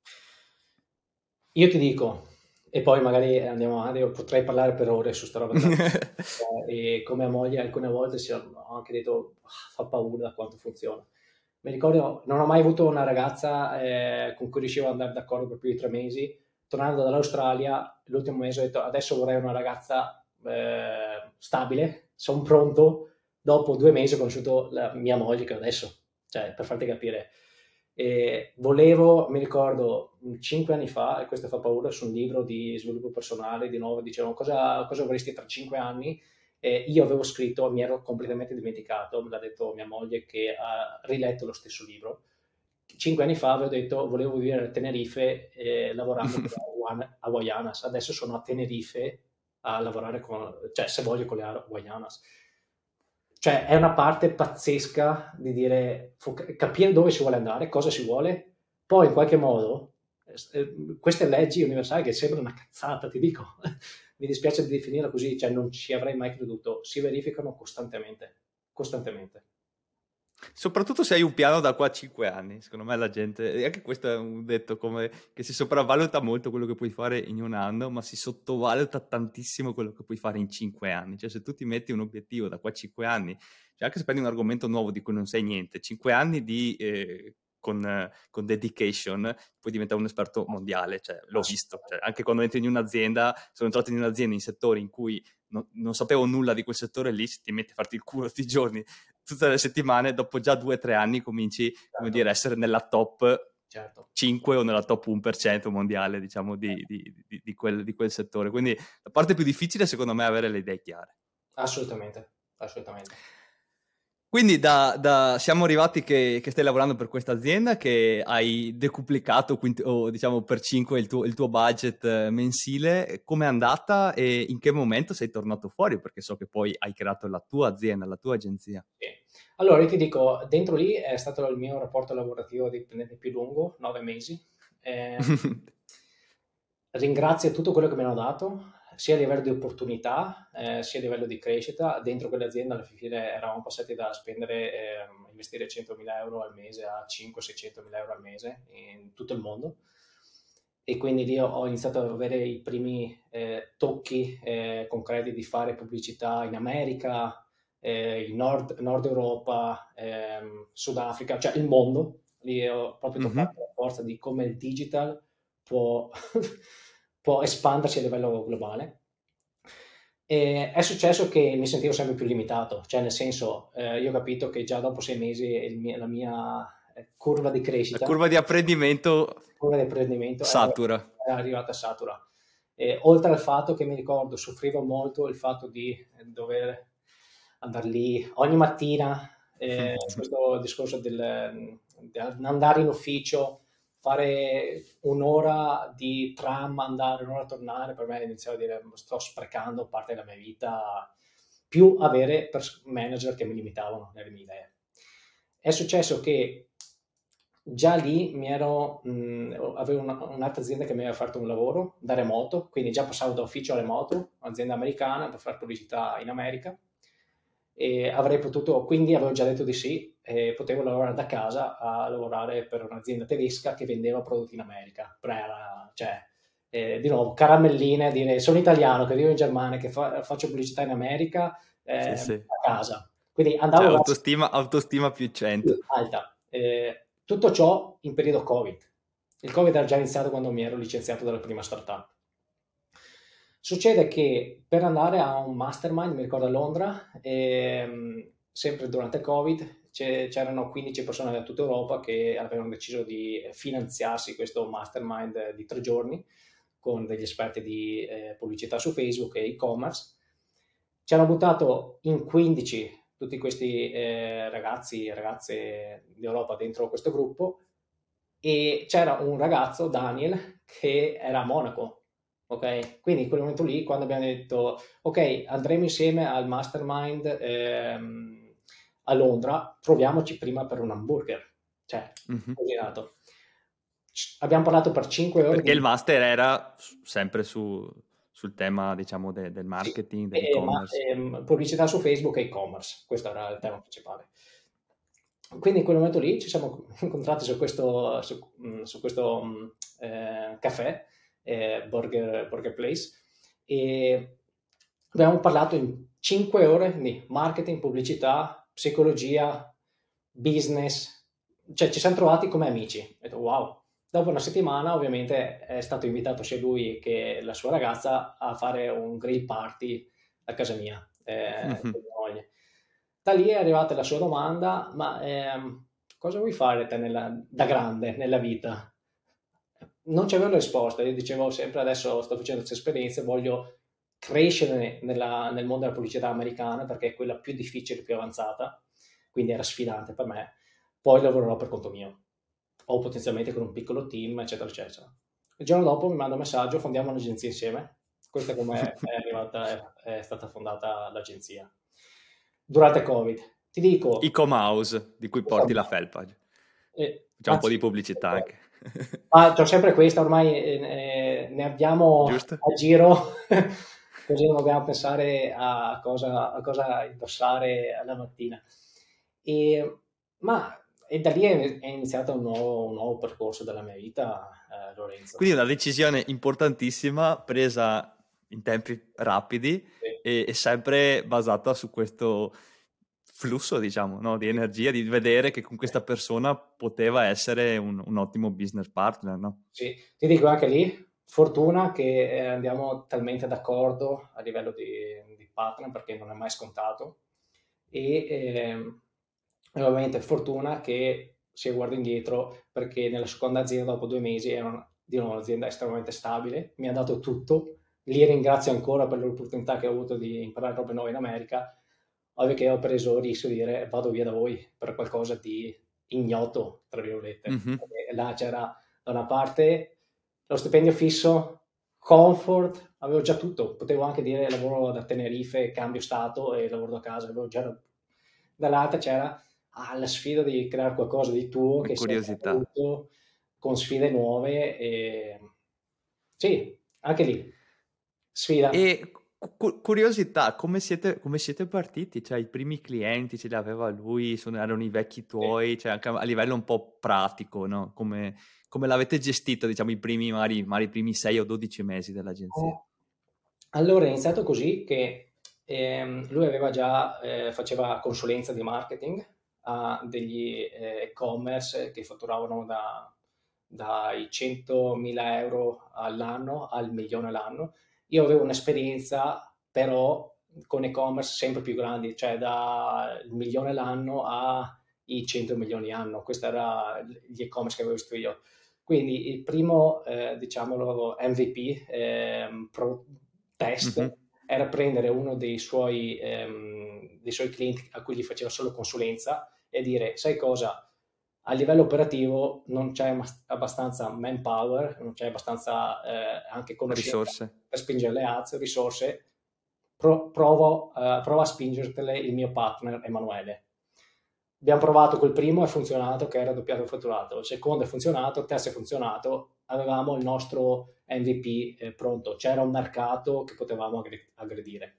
Io ti dico, e poi magari andiamo avanti, io potrei parlare per ore su sta roba della e come a moglie alcune volte ho anche detto "Ah, fa paura da quanto funziona". Mi ricordo, non ho mai avuto una ragazza con cui riuscivo ad andare d'accordo per più di 3 mesi. Tornando dall'Australia, l'ultimo mese ho detto adesso vorrei una ragazza stabile, sono pronto. Dopo 2 mesi ho conosciuto la mia moglie che ho adesso, cioè per farti capire. E volevo, mi ricordo, 5 anni fa, e questo fa paura, su un libro di sviluppo personale, di nuovo dicevano cosa vorresti tra 5 anni. Io avevo scritto, mi ero completamente dimenticato, me l'ha detto mia moglie che ha riletto lo stesso libro. 5 anni fa avevo detto volevo vivere a Tenerife lavorando con le Hawaianas, adesso sono a Tenerife a lavorare con, cioè se voglio con le Hawaianas. Cioè è una parte pazzesca di dire, capire dove si vuole andare, cosa si vuole, poi in qualche modo queste leggi universali che sembrano una cazzata, ti dico, mi dispiace di definirla così, cioè non ci avrei mai creduto, si verificano costantemente, costantemente. Soprattutto se hai un piano da qua a 5 anni, secondo me la gente, e anche questo è un detto come che si sopravvaluta molto quello che puoi fare in un anno, ma si sottovaluta tantissimo quello che puoi fare in 5 anni. Cioè se tu ti metti un obiettivo da qua a 5 anni, cioè anche se prendi un argomento nuovo di cui non sai niente, 5 anni con dedication puoi diventare un esperto mondiale, cioè l'ho visto. Cioè, anche quando entri in un'azienda, sono entrato in un'azienda in settori in cui non sapevo nulla di quel settore lì, se ti metti a farti il culo tutti i giorni tutte le settimane, dopo già 2 o 3 anni cominci, come Certo, dire, a essere nella top certo. 5 o nella top 1% mondiale, diciamo, di quel settore. Quindi la parte più difficile, secondo me, è avere le idee chiare. Assolutamente, assolutamente. Quindi siamo arrivati che stai lavorando per questa azienda, che hai decuplicato o diciamo per 5 il tuo budget mensile. Com'è andata e in che momento sei tornato fuori? Perché so che poi hai creato la tua azienda, la tua agenzia. Sì. Allora, io ti dico, dentro lì è stato il mio rapporto lavorativo dipendente più lungo, 9 mesi. Eh, ringrazio tutto quello che mi hanno dato, sia a livello di opportunità, sia a livello di crescita. Dentro quell'azienda alla fine eravamo passati da spendere, investire 100.000 euro al mese a 500-600 mila euro al mese in tutto il mondo. E quindi lì ho iniziato ad avere i primi tocchi concreti di fare pubblicità in America, il Nord Europa, Sudafrica, cioè il mondo. Lì ho proprio toccato la forza di come il digital può, può espandersi a livello globale. E è successo che mi sentivo sempre più limitato, cioè nel senso, io ho capito che già dopo 6 mesi la mia curva di La crescita, curva di apprendimento curva di apprendimento satura. è arrivata a satura. Oltre al fatto che mi ricordo, soffrivo molto il fatto di dover andare lì ogni mattina, questo discorso di andare in ufficio, fare un'ora di tram, andare, un'ora a tornare, per me iniziavo a dire sto sprecando parte della mia vita, più avere manager che mi limitavano nelle mie idee. È successo che già lì avevo un'altra azienda che mi aveva fatto un lavoro da remoto, quindi già passavo da ufficio a remoto, un'azienda americana per fare pubblicità in America, e avrei potuto, quindi avevo già detto di sì, e potevo lavorare da casa a lavorare per un'azienda tedesca che vendeva prodotti in America. Cioè, di nuovo, caramelline, dire sono italiano che vivo in Germania, che faccio pubblicità in America, Sì, sì. a casa. Quindi Cioè, andavo verso autostima più 100. alta. Tutto ciò in periodo Covid. Il Covid era già iniziato quando mi ero licenziato dalla prima startup. Succede che per andare a un mastermind, mi ricordo a Londra, sempre durante il Covid, c'erano 15 persone da tutta Europa che avevano deciso di finanziarsi questo mastermind di 3 giorni con degli esperti di pubblicità su Facebook e e-commerce. Ci hanno buttato in 15 tutti questi ragazzi e ragazze d'Europa dentro questo gruppo e c'era un ragazzo, Daniel, che era a Monaco, ok? Quindi in quel momento lì, quando abbiamo detto, ok, andremo insieme al mastermind a Londra, troviamoci prima per un hamburger, cioè, così è nato. Abbiamo parlato per 5 ore Perché il di... master era sempre sul tema, diciamo, del Sì, marketing, dell'e-commerce. pubblicità su Facebook e e-commerce, questo era il tema principale. Quindi in quel momento lì ci siamo incontrati su questo caffè, Burger Place, e abbiamo parlato in 5 ore di marketing, pubblicità, psicologia, business, cioè ci siamo trovati come amici. Ho detto wow. Dopo una settimana ovviamente è stato invitato sia lui che la sua ragazza a fare un grill party a casa mia, con mia moglie. Da lì è arrivata la sua domanda, ma cosa vuoi fare te da grande nella vita? Non c'avevo una risposta, io dicevo sempre adesso sto facendo queste esperienze, voglio crescere nel mondo della pubblicità americana perché è quella più difficile, più avanzata, quindi era sfidante per me, poi lavorerò per conto mio, o potenzialmente con un piccolo team, eccetera, eccetera. Il giorno dopo mi manda un messaggio, fondiamo un'agenzia insieme, questa è come è stata fondata l'agenzia. Durante Covid, ti dico, Ecom House, di cui porti la felpa. Facciamo un po' anzi, di pubblicità anche. c'ho sempre questa, ormai ne abbiamo Giusto? a giro, così non dobbiamo pensare a cosa indossare alla mattina. E, e da lì è iniziato un nuovo percorso della mia vita, Lorenzo. Quindi una decisione importantissima presa in tempi rapidi Sì, e sempre basata su questo flusso, diciamo, no? Di sì, energia, di vedere che con sì. questa persona poteva essere un ottimo business partner, no? Sì, ti dico anche lì, fortuna che andiamo talmente d'accordo a livello di partner perché non è mai scontato e ovviamente fortuna che se io guardo indietro perché nella seconda azienda dopo 2 mesi era di nuovo un'azienda estremamente stabile, mi ha dato tutto, li ringrazio ancora per l'opportunità che ho avuto di imparare robe nuove in America, ovvio che ho preso il rischio di dire vado via da voi per qualcosa di ignoto, tra virgolette. Mhm. E là c'era da una parte lo stipendio fisso, comfort, avevo già tutto, potevo anche dire lavoro da Tenerife, cambio stato e lavoro da casa, avevo già... Dall'altra c'era la sfida di creare qualcosa di tuo La che sia curiosità. saputo, con sfide nuove e sì, anche lì, sfida. E curiosità, come siete partiti? Cioè, i primi clienti ce li aveva lui, erano i vecchi Sì. tuoi, cioè anche a livello un po' pratico, no? Come l'avete gestito, diciamo, magari i primi 6 o 12 mesi dell'agenzia? Allora è iniziato così che lui aveva già, faceva consulenza di marketing a degli e-commerce che fatturavano dai 100.000 euro all'anno al milione l'anno. Io avevo un'esperienza però con e-commerce sempre più grandi, cioè dal milione l'anno ai 100 milioni l'anno. Questo era gli e-commerce che avevo visto io. Quindi il primo, diciamolo, MVP, test, Mhm. era prendere uno dei suoi clienti a cui gli faceva solo consulenza e dire, sai cosa? A livello operativo non c'è abbastanza manpower, non c'è abbastanza anche conoscenza Risorse. per spingere le ads, risorse, prova a spingertele il mio partner Emanuele. Abbiamo provato col primo, è funzionato, che era doppiato il fatturato. Il secondo è funzionato, il terzo è funzionato, avevamo il nostro MVP pronto, c'era un mercato che potevamo aggredire.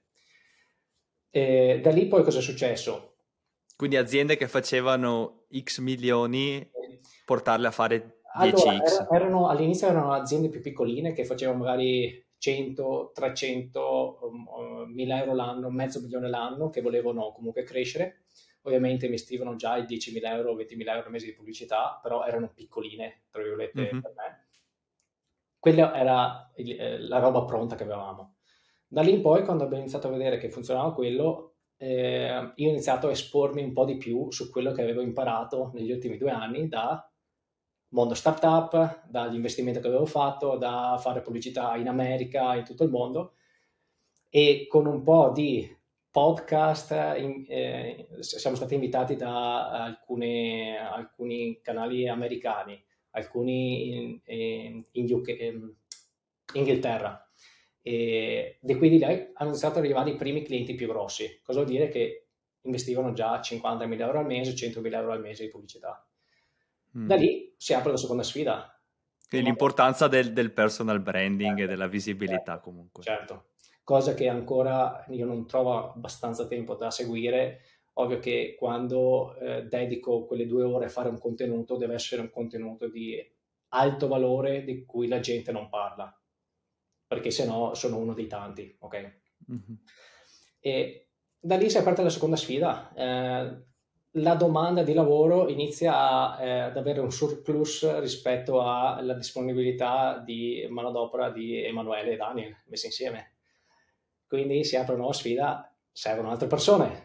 E da lì poi cosa è successo? Quindi aziende che facevano X milioni, portarle a fare Allora, 10X. all'inizio erano aziende più piccoline che facevano magari 100, 300, 1000 euro l'anno, mezzo milione l'anno, che volevano comunque crescere. Ovviamente investivano già i 10.000 euro, 20.000 euro al mese di pubblicità, però erano piccoline, tra virgolette, Mhm. per me. Quella era la roba pronta che avevamo. Da lì in poi, quando abbiamo iniziato a vedere che funzionava quello, io ho iniziato a espormi un po' di più su quello che avevo imparato negli ultimi 2 anni da mondo startup, dagli investimenti che avevo fatto, da fare pubblicità in America, in tutto il mondo, e con un po' di podcast siamo stati invitati da alcuni canali americani, alcuni in Inghilterra. E di qui di lì hanno iniziato ad arrivare i primi clienti più grossi. Cosa vuol dire? Che investivano già 50.000 euro al mese, 100.000 euro al mese di pubblicità. Da Mm. lì si apre la seconda sfida. Quindi l'importanza del personal branding e della visibilità Certo, comunque. certo. Cosa che ancora io non trovo abbastanza tempo da seguire. Ovvio che quando dedico quelle 2 ore a fare un contenuto, deve essere un contenuto di alto valore di cui la gente non parla, perché sennò sono uno dei tanti, ok? Mhm. E da lì si è aperta la seconda sfida. La domanda di lavoro inizia ad avere un surplus rispetto alla disponibilità di manodopera di Emanuele e Daniel messi insieme. Quindi si apre una nuova sfida, servono altre persone.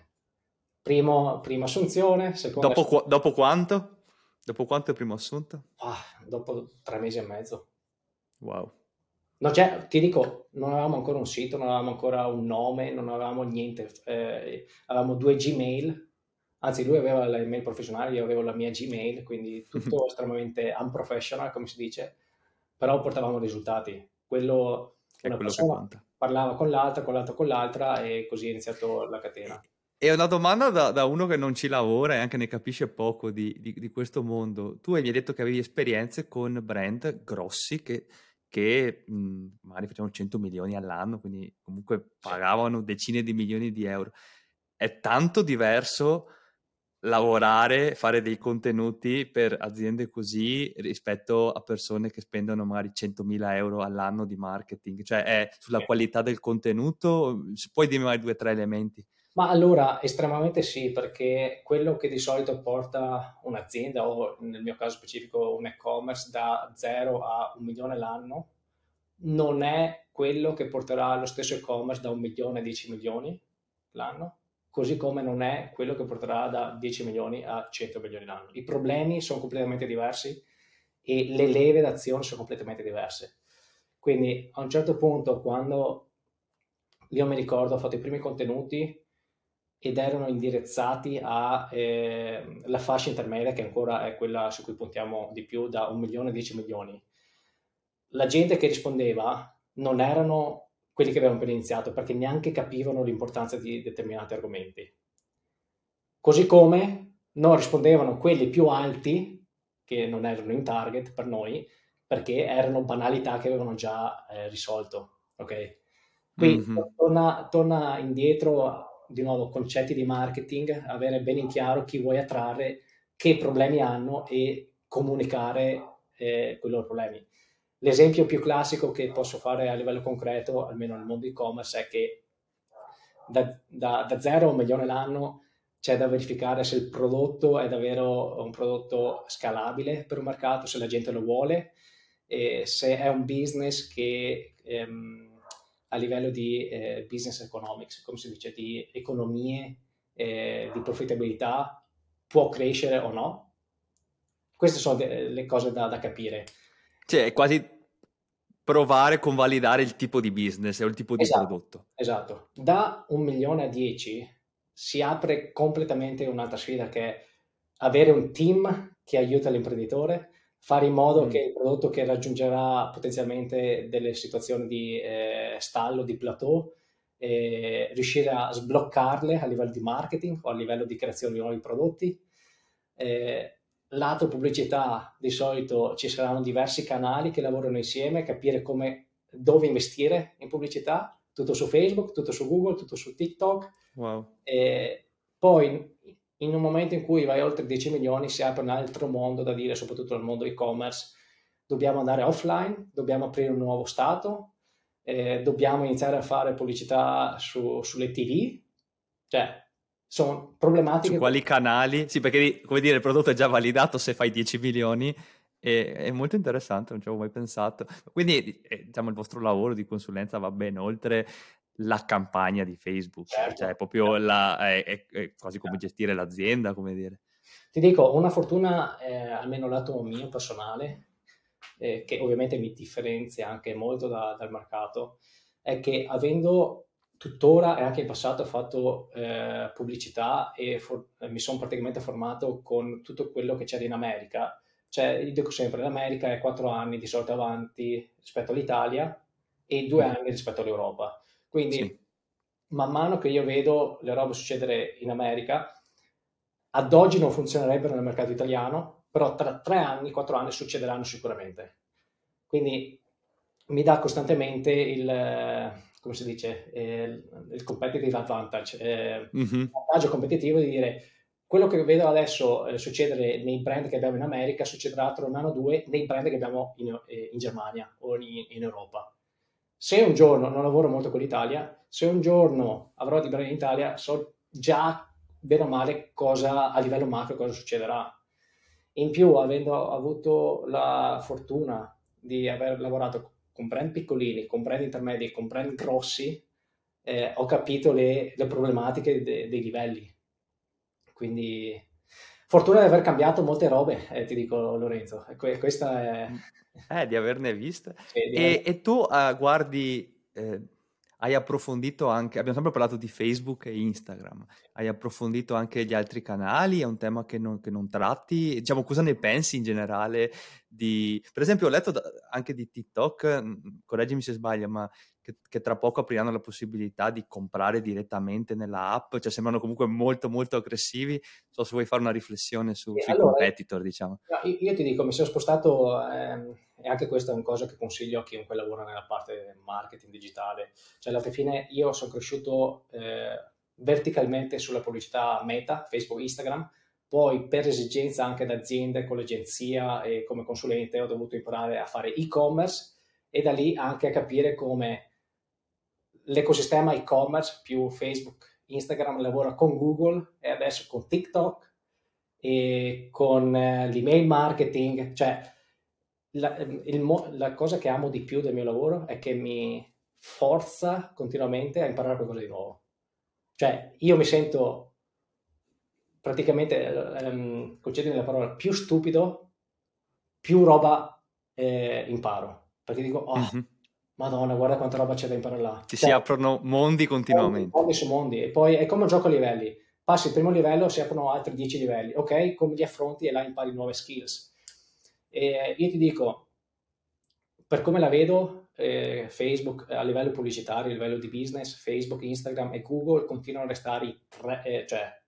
Prima assunzione, seconda assunzione. Dopo quanto? Dopo quanto è il primo assunto? Dopo 3 mesi e mezzo. Wow. No, cioè, ti dico, non avevamo ancora un sito, non avevamo ancora un nome, non avevamo niente. Avevamo 2 Gmail, anzi lui aveva la email professionale, io avevo la mia Gmail, quindi tutto estremamente unprofessional, come si dice, però portavamo risultati. Quello, Che è una quello che persona conta. parlava con l'altra, con l'altra, con l'altra e così è iniziato la catena. È una domanda da uno che non ci lavora e anche ne capisce poco di questo mondo. Tu mi hai detto che avevi esperienze con brand grossi che magari facevano 100 milioni all'anno, quindi comunque Sì. pagavano decine di milioni di euro. È tanto diverso lavorare, fare dei contenuti per aziende così rispetto a persone che spendono magari 100.000 euro all'anno di marketing. Cioè è sulla qualità del contenuto? Puoi dirmi magari 2 o 3 elementi? Ma allora, estremamente sì, perché quello che di solito porta un'azienda, o nel mio caso specifico un e-commerce, da 0 a 1 milione l'anno, non è quello che porterà lo stesso e-commerce da 1 milione a 10 milioni l'anno, così come non è quello che porterà da 10 milioni a 100 milioni l'anno. I problemi sono completamente diversi e le leve d'azione sono completamente diverse. Quindi a un certo punto, quando io mi ricordo, ho fatto i primi contenuti ed erano indirizzati alla fascia intermedia, che ancora è quella su cui puntiamo di più, da 1 milione a 10 milioni. La gente che rispondeva non erano quelli che avevano appena iniziato, perché neanche capivano l'importanza di determinati argomenti. Così come non rispondevano quelli più alti, che non erano in target per noi, perché erano banalità che avevano già risolto. Ok? Qui Mhm. torna indietro di nuovo concetti di marketing, avere bene in chiaro chi vuoi attrarre, che problemi hanno e comunicare quei loro problemi. L'esempio più classico che posso fare a livello concreto, almeno nel mondo e-commerce, è che da 0 a 1 milione l'anno c'è da verificare se il prodotto è davvero un prodotto scalabile per un mercato, se la gente lo vuole, e se è un business che a livello di business economics, come si dice, di economie, di profittabilità, può crescere o no. Queste sono le cose da capire. Cioè, è quasi provare, convalidare il tipo di business o il tipo di Esatto, prodotto. esatto. Da 1 milione a 10 si apre completamente un'altra sfida, che è avere un team che aiuta l'imprenditore, fare in modo che Mm. il prodotto che raggiungerà potenzialmente delle situazioni di stallo, di plateau, riuscire a sbloccarle a livello di marketing o a livello di creazione di nuovi prodotti. Lato pubblicità, di solito ci saranno diversi canali che lavorano insieme, capire dove investire in pubblicità, tutto su Facebook, tutto su Google, tutto su TikTok. Wow. E poi in un momento in cui vai oltre 10 milioni si apre un altro mondo da dire, soprattutto nel mondo e-commerce. Dobbiamo andare offline, dobbiamo aprire un nuovo stato, dobbiamo iniziare a fare pubblicità sulle TV, cioè sono Su problematiche. quali canali? Sì, perché, come dire, il prodotto è già validato se fai 10 milioni e è molto interessante, non ci avevo mai pensato. Quindi, diciamo, il vostro lavoro di consulenza va ben oltre la campagna di Facebook, cioè Certo, è proprio è quasi come gestire l'azienda, come dire. ti dico, una fortuna, almeno lato mio personale, che ovviamente mi differenzia anche molto dal mercato, è che avendo tuttora e anche in passato fatto pubblicità e mi sono praticamente formato con tutto quello che c'era in America. Cioè, io dico sempre, l'America è 4 anni di solito avanti rispetto all'Italia e 2 Mm. anni rispetto all'Europa. Quindi, Sì. man mano che io vedo le robe succedere in America, ad oggi non funzionerebbero nel mercato italiano, però tra 3 anni, 4 anni succederanno sicuramente. Quindi mi dà costantemente come si dice, il competitive advantage, il Mhm. vantaggio competitivo di dire quello che vedo adesso succedere nei brand che abbiamo in America succederà tra un anno o due nei brand che abbiamo in Germania o in Europa. Se un giorno, non lavoro molto con l'Italia, se un giorno avrò di brand in Italia, so già bene o male cosa a livello macro cosa succederà. In più, avendo avuto la fortuna di aver lavorato con brand piccolini, con brand intermedi, con brand grossi, ho capito le problematiche dei livelli. Quindi, fortuna di aver cambiato molte robe, ti dico Lorenzo. Questa è... Di averne viste. Sì, E tu guardi, hai approfondito anche, abbiamo sempre parlato di Facebook e Instagram, hai approfondito anche gli altri canali? È un tema che non tratti? Diciamo, cosa ne pensi in generale di... Per esempio, ho letto anche di TikTok, correggimi se sbaglio, ma che tra poco apriranno la possibilità di comprare direttamente nella app, cioè sembrano comunque molto molto aggressivi. Non so se vuoi fare una riflessione sui allora, competitor, diciamo. no, io ti dico, mi sono spostato, e anche questa è una cosa che consiglio a chiunque lavora nella parte marketing digitale. Cioè, alla fine io sono cresciuto verticalmente sulla pubblicità Meta, Facebook, Instagram, poi per esigenza anche d'aziende con l'agenzia e come consulente ho dovuto imparare a fare e-commerce e da lì anche a capire come l'ecosistema e-commerce più Facebook, Instagram lavora con Google e adesso con TikTok e con l'email marketing. Cioè la cosa che amo di più del mio lavoro è che mi forza continuamente a imparare qualcosa di nuovo. Cioè io mi sento praticamente, concedimi la parola, più stupido, più roba imparo. Perché dico, oh, Mhm. Madonna, guarda quanta roba c'è da imparare là. Ti Cioè, si aprono mondi mondi, continuamente. mondi su mondi. E poi è come un gioco a livelli. Passi il primo livello, si aprono altri 10 livelli. Ok? Come li affronti e là impari nuove skills. E io ti dico, per come la vedo, Facebook a livello pubblicitario, a livello di business, Facebook, Instagram e Google continuano a restare cioè,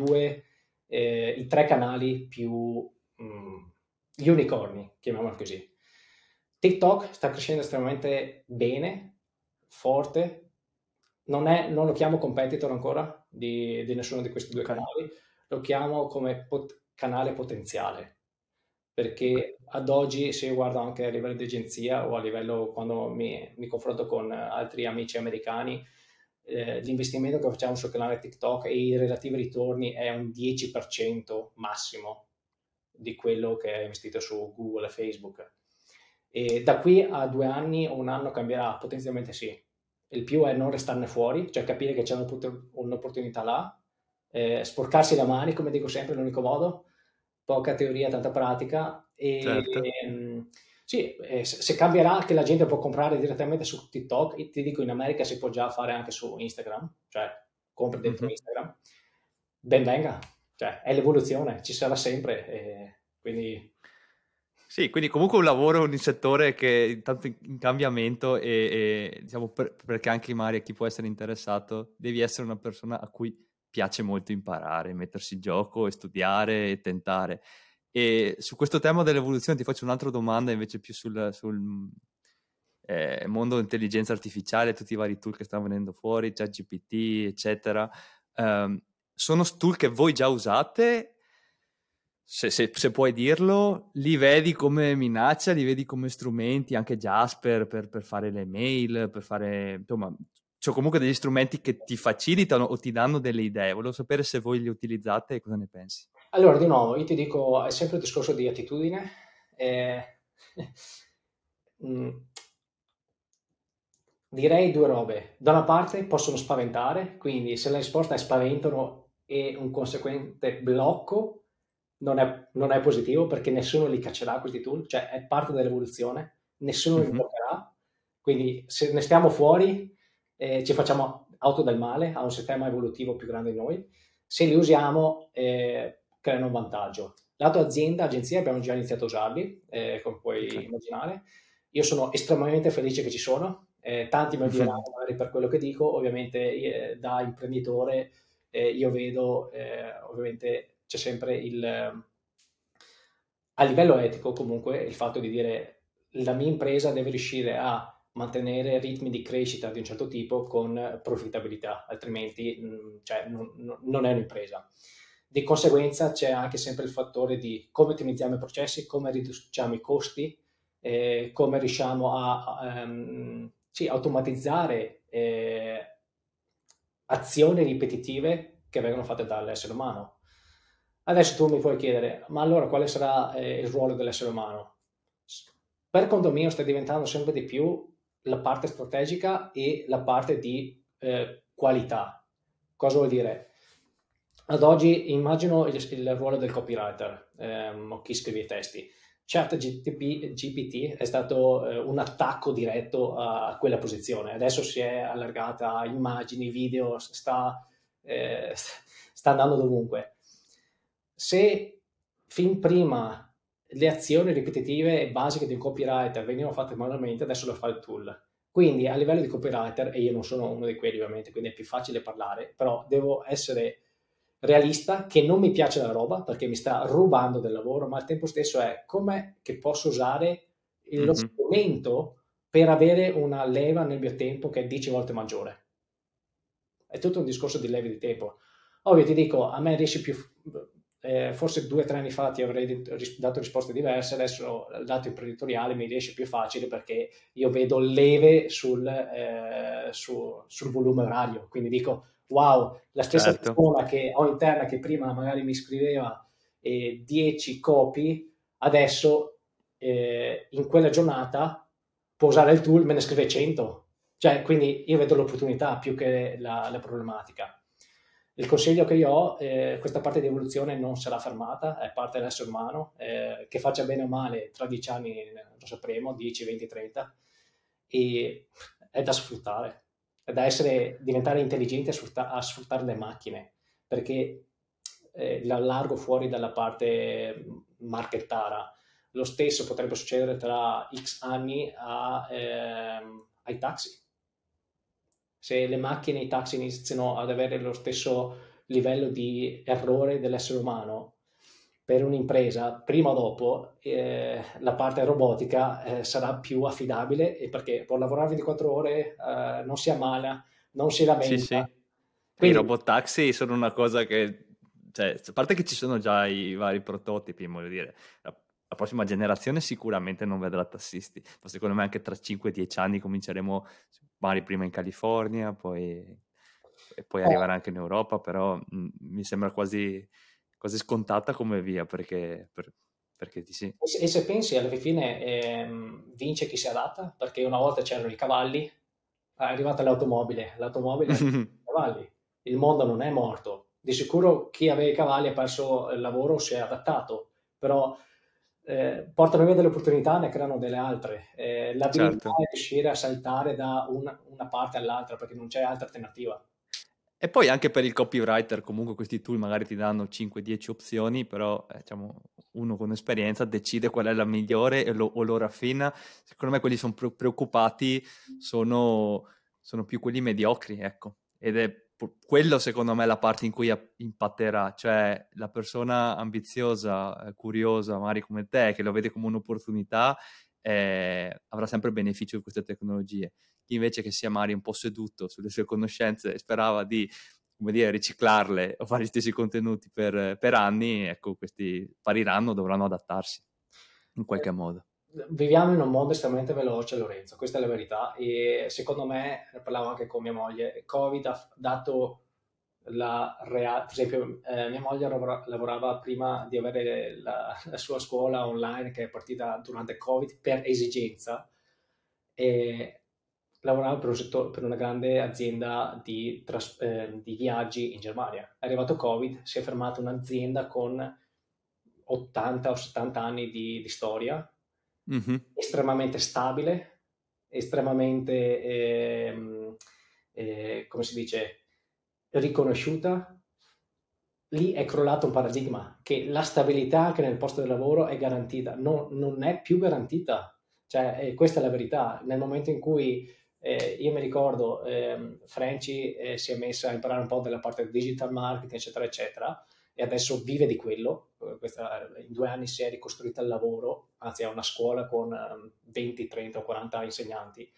i tre canali più gli unicorni, chiamiamolo così. TikTok sta crescendo estremamente bene, forte, non lo chiamo competitor ancora di nessuno di questi due Ok, canali, lo chiamo come canale potenziale, ok. perché ad oggi, se io guardo anche a livello di agenzia o a livello quando mi confronto con altri amici americani, l'investimento che facciamo sul canale TikTok e i relativi ritorni è un 10% massimo di quello che è investito su Google e Facebook. E da qui a 2 anni o un anno cambierà, potenzialmente sì. Il più è non restarne fuori, cioè capire che c'è un'opportunità là, sporcarsi le mani, come dico sempre, è l'unico modo, poca teoria, tanta pratica. E Certo. sì, se cambierà che la gente può comprare direttamente su TikTok, e ti dico in America si può già fare anche su Instagram, cioè compri dentro Mhm. Instagram, ben venga, cioè è l'evoluzione, ci sarà sempre, quindi Sì, quindi comunque un lavoro in un settore che è tanto in cambiamento e diciamo perché anche magari a chi può essere interessato, devi essere una persona a cui piace molto imparare, mettersi in gioco e studiare e tentare. E su questo tema dell'evoluzione ti faccio un'altra domanda invece più sul mondo dell'intelligenza artificiale, tutti i vari tool che stanno venendo fuori, ChatGPT, eccetera. Sono tool che voi già usate? Se puoi dirlo, li vedi come minaccia, li vedi come strumenti, anche Jasper per fare le mail, per fare, insomma, cioè comunque degli strumenti che ti facilitano o ti danno delle idee. Volevo sapere se voi li utilizzate e cosa ne pensi. allora, di nuovo, io ti dico, è sempre il discorso di attitudine. eh, mm, direi due robe. Da una parte possono spaventare, quindi se la risposta è spaventano e un conseguente blocco, non è positivo perché nessuno li caccerà questi tool, cioè è parte dell'evoluzione, nessuno li Mhm. bloccherà. Quindi se ne stiamo fuori, ci facciamo auto del male a un sistema evolutivo più grande di noi. Se li usiamo, creano un vantaggio. Lato azienda, agenzia, abbiamo già iniziato a usarli, come puoi Ok. immaginare. Io sono estremamente felice che ci sono, tanti mi odieranno magari per quello che dico, ovviamente da imprenditore io vedo, ovviamente c'è sempre a livello etico comunque il fatto di dire la mia impresa deve riuscire a mantenere ritmi di crescita di un certo tipo con profittabilità, altrimenti cioè, non è un'impresa. Di conseguenza c'è anche sempre il fattore di come ottimizziamo i processi, come riduciamo i costi, come riusciamo sì, automatizzare azioni ripetitive che vengono fatte dall'essere umano. Adesso tu mi puoi chiedere, ma allora quale sarà il ruolo dell'essere umano? Per conto mio sta diventando sempre di più la parte strategica e la parte di qualità. Cosa vuol dire? Ad oggi immagino il ruolo del copywriter, o chi scrive i testi. ChatGPT è stato un attacco diretto a quella posizione. Adesso si è allargata a immagini, video, sta andando dovunque. Se fin prima le azioni ripetitive e basiche di un copywriter venivano fatte manualmente, adesso lo fa il tool. Quindi a livello di copywriter, e io non sono uno di quelli ovviamente, quindi è più facile parlare, però devo essere realista che non mi piace la roba perché mi sta rubando del lavoro, ma al tempo stesso è come che posso usare lo Mhm. strumento per avere una leva nel mio tempo che è 10 volte maggiore. È tutto un discorso di levi di tempo. Ovvio, ti dico, a me riesce più, forse 2 o 3 anni fa ti avrei dato risposte diverse, adesso il lato imprenditoriale mi riesce più facile perché io vedo leve sul volume orario, quindi dico, wow, la stessa Certo. persona che ho interna che prima magari mi scriveva 10 copy, adesso in quella giornata può usare il tool, me ne scrive 100. Cioè, quindi io vedo l'opportunità più che la problematica. Il consiglio che io ho, questa parte di evoluzione non sarà fermata, è parte dell'essere umano, che faccia bene o male tra 10 anni lo sapremo, 10, 20, 30, e è da sfruttare, è da diventare intelligenti a sfruttare le macchine, perché l'allargo fuori dalla parte marchettara. Lo stesso potrebbe succedere tra X anni ai taxi. Se le macchine e i taxi iniziano ad avere lo stesso livello di errore dell'essere umano, per un'impresa, prima o dopo, la parte robotica sarà più affidabile perché può lavorare 24 ore, non si ammala, non si Sì, lamenta. sì. I Quindi robot taxi sono una cosa che, cioè, a parte che ci sono già i vari prototipi, voglio dire, la prossima generazione sicuramente non vedrà tassisti, ma secondo me anche tra 5-10 anni cominceremo magari prima in California, poi e poi arrivare anche in Europa, però mi sembra quasi scontata come via, perché di sì. E se pensi alla fine vince chi si adatta, perché una volta c'erano i cavalli, è arrivata l'automobile ha i cavalli, il mondo non è morto. Di sicuro chi aveva i cavalli ha perso il lavoro, si è adattato, però portano via delle opportunità, ne creano delle altre. L'abilità Certo. è riuscire a saltare da una parte all'altra, perché non c'è altra alternativa. E poi anche per il copywriter, comunque questi tool magari ti danno 5-10 opzioni, però diciamo, uno con esperienza decide qual è la migliore o lo raffina. Secondo me quelli sono preoccupati sono più quelli mediocri, ecco. Ed è quello secondo me la parte in cui impatterà, cioè la persona ambiziosa, curiosa, magari come te, che lo vede come un'opportunità, avrà sempre beneficio di queste tecnologie. Chi invece che sia magari un po' seduto sulle sue conoscenze e sperava di, come dire, riciclarle o fare gli stessi contenuti per anni, ecco, questi spariranno, dovranno adattarsi in qualche modo. Viviamo in un mondo estremamente veloce, Lorenzo, questa è la verità. E secondo me, ne parlavo anche con mia moglie, Covid ha dato per esempio, mia moglie lavorava prima di avere la sua scuola online, che è partita durante Covid per esigenza, e lavorava per una grande azienda di viaggi in Germania. È arrivato Covid, si è fermata un'azienda con 80 o 70 anni di storia, Mm-hmm. estremamente stabile, estremamente, come si dice, riconosciuta. Lì è crollato un paradigma, che la stabilità anche nel posto di lavoro è garantita, non è più garantita. Cioè, questa è la verità. Nel momento in cui io mi ricordo, Franci si è messa a imparare un po' della parte del digital marketing, eccetera, eccetera, e adesso vive di quello. In 2 anni si è ricostruita il lavoro, anzi ha una scuola con 20, 30 o 40 insegnanti.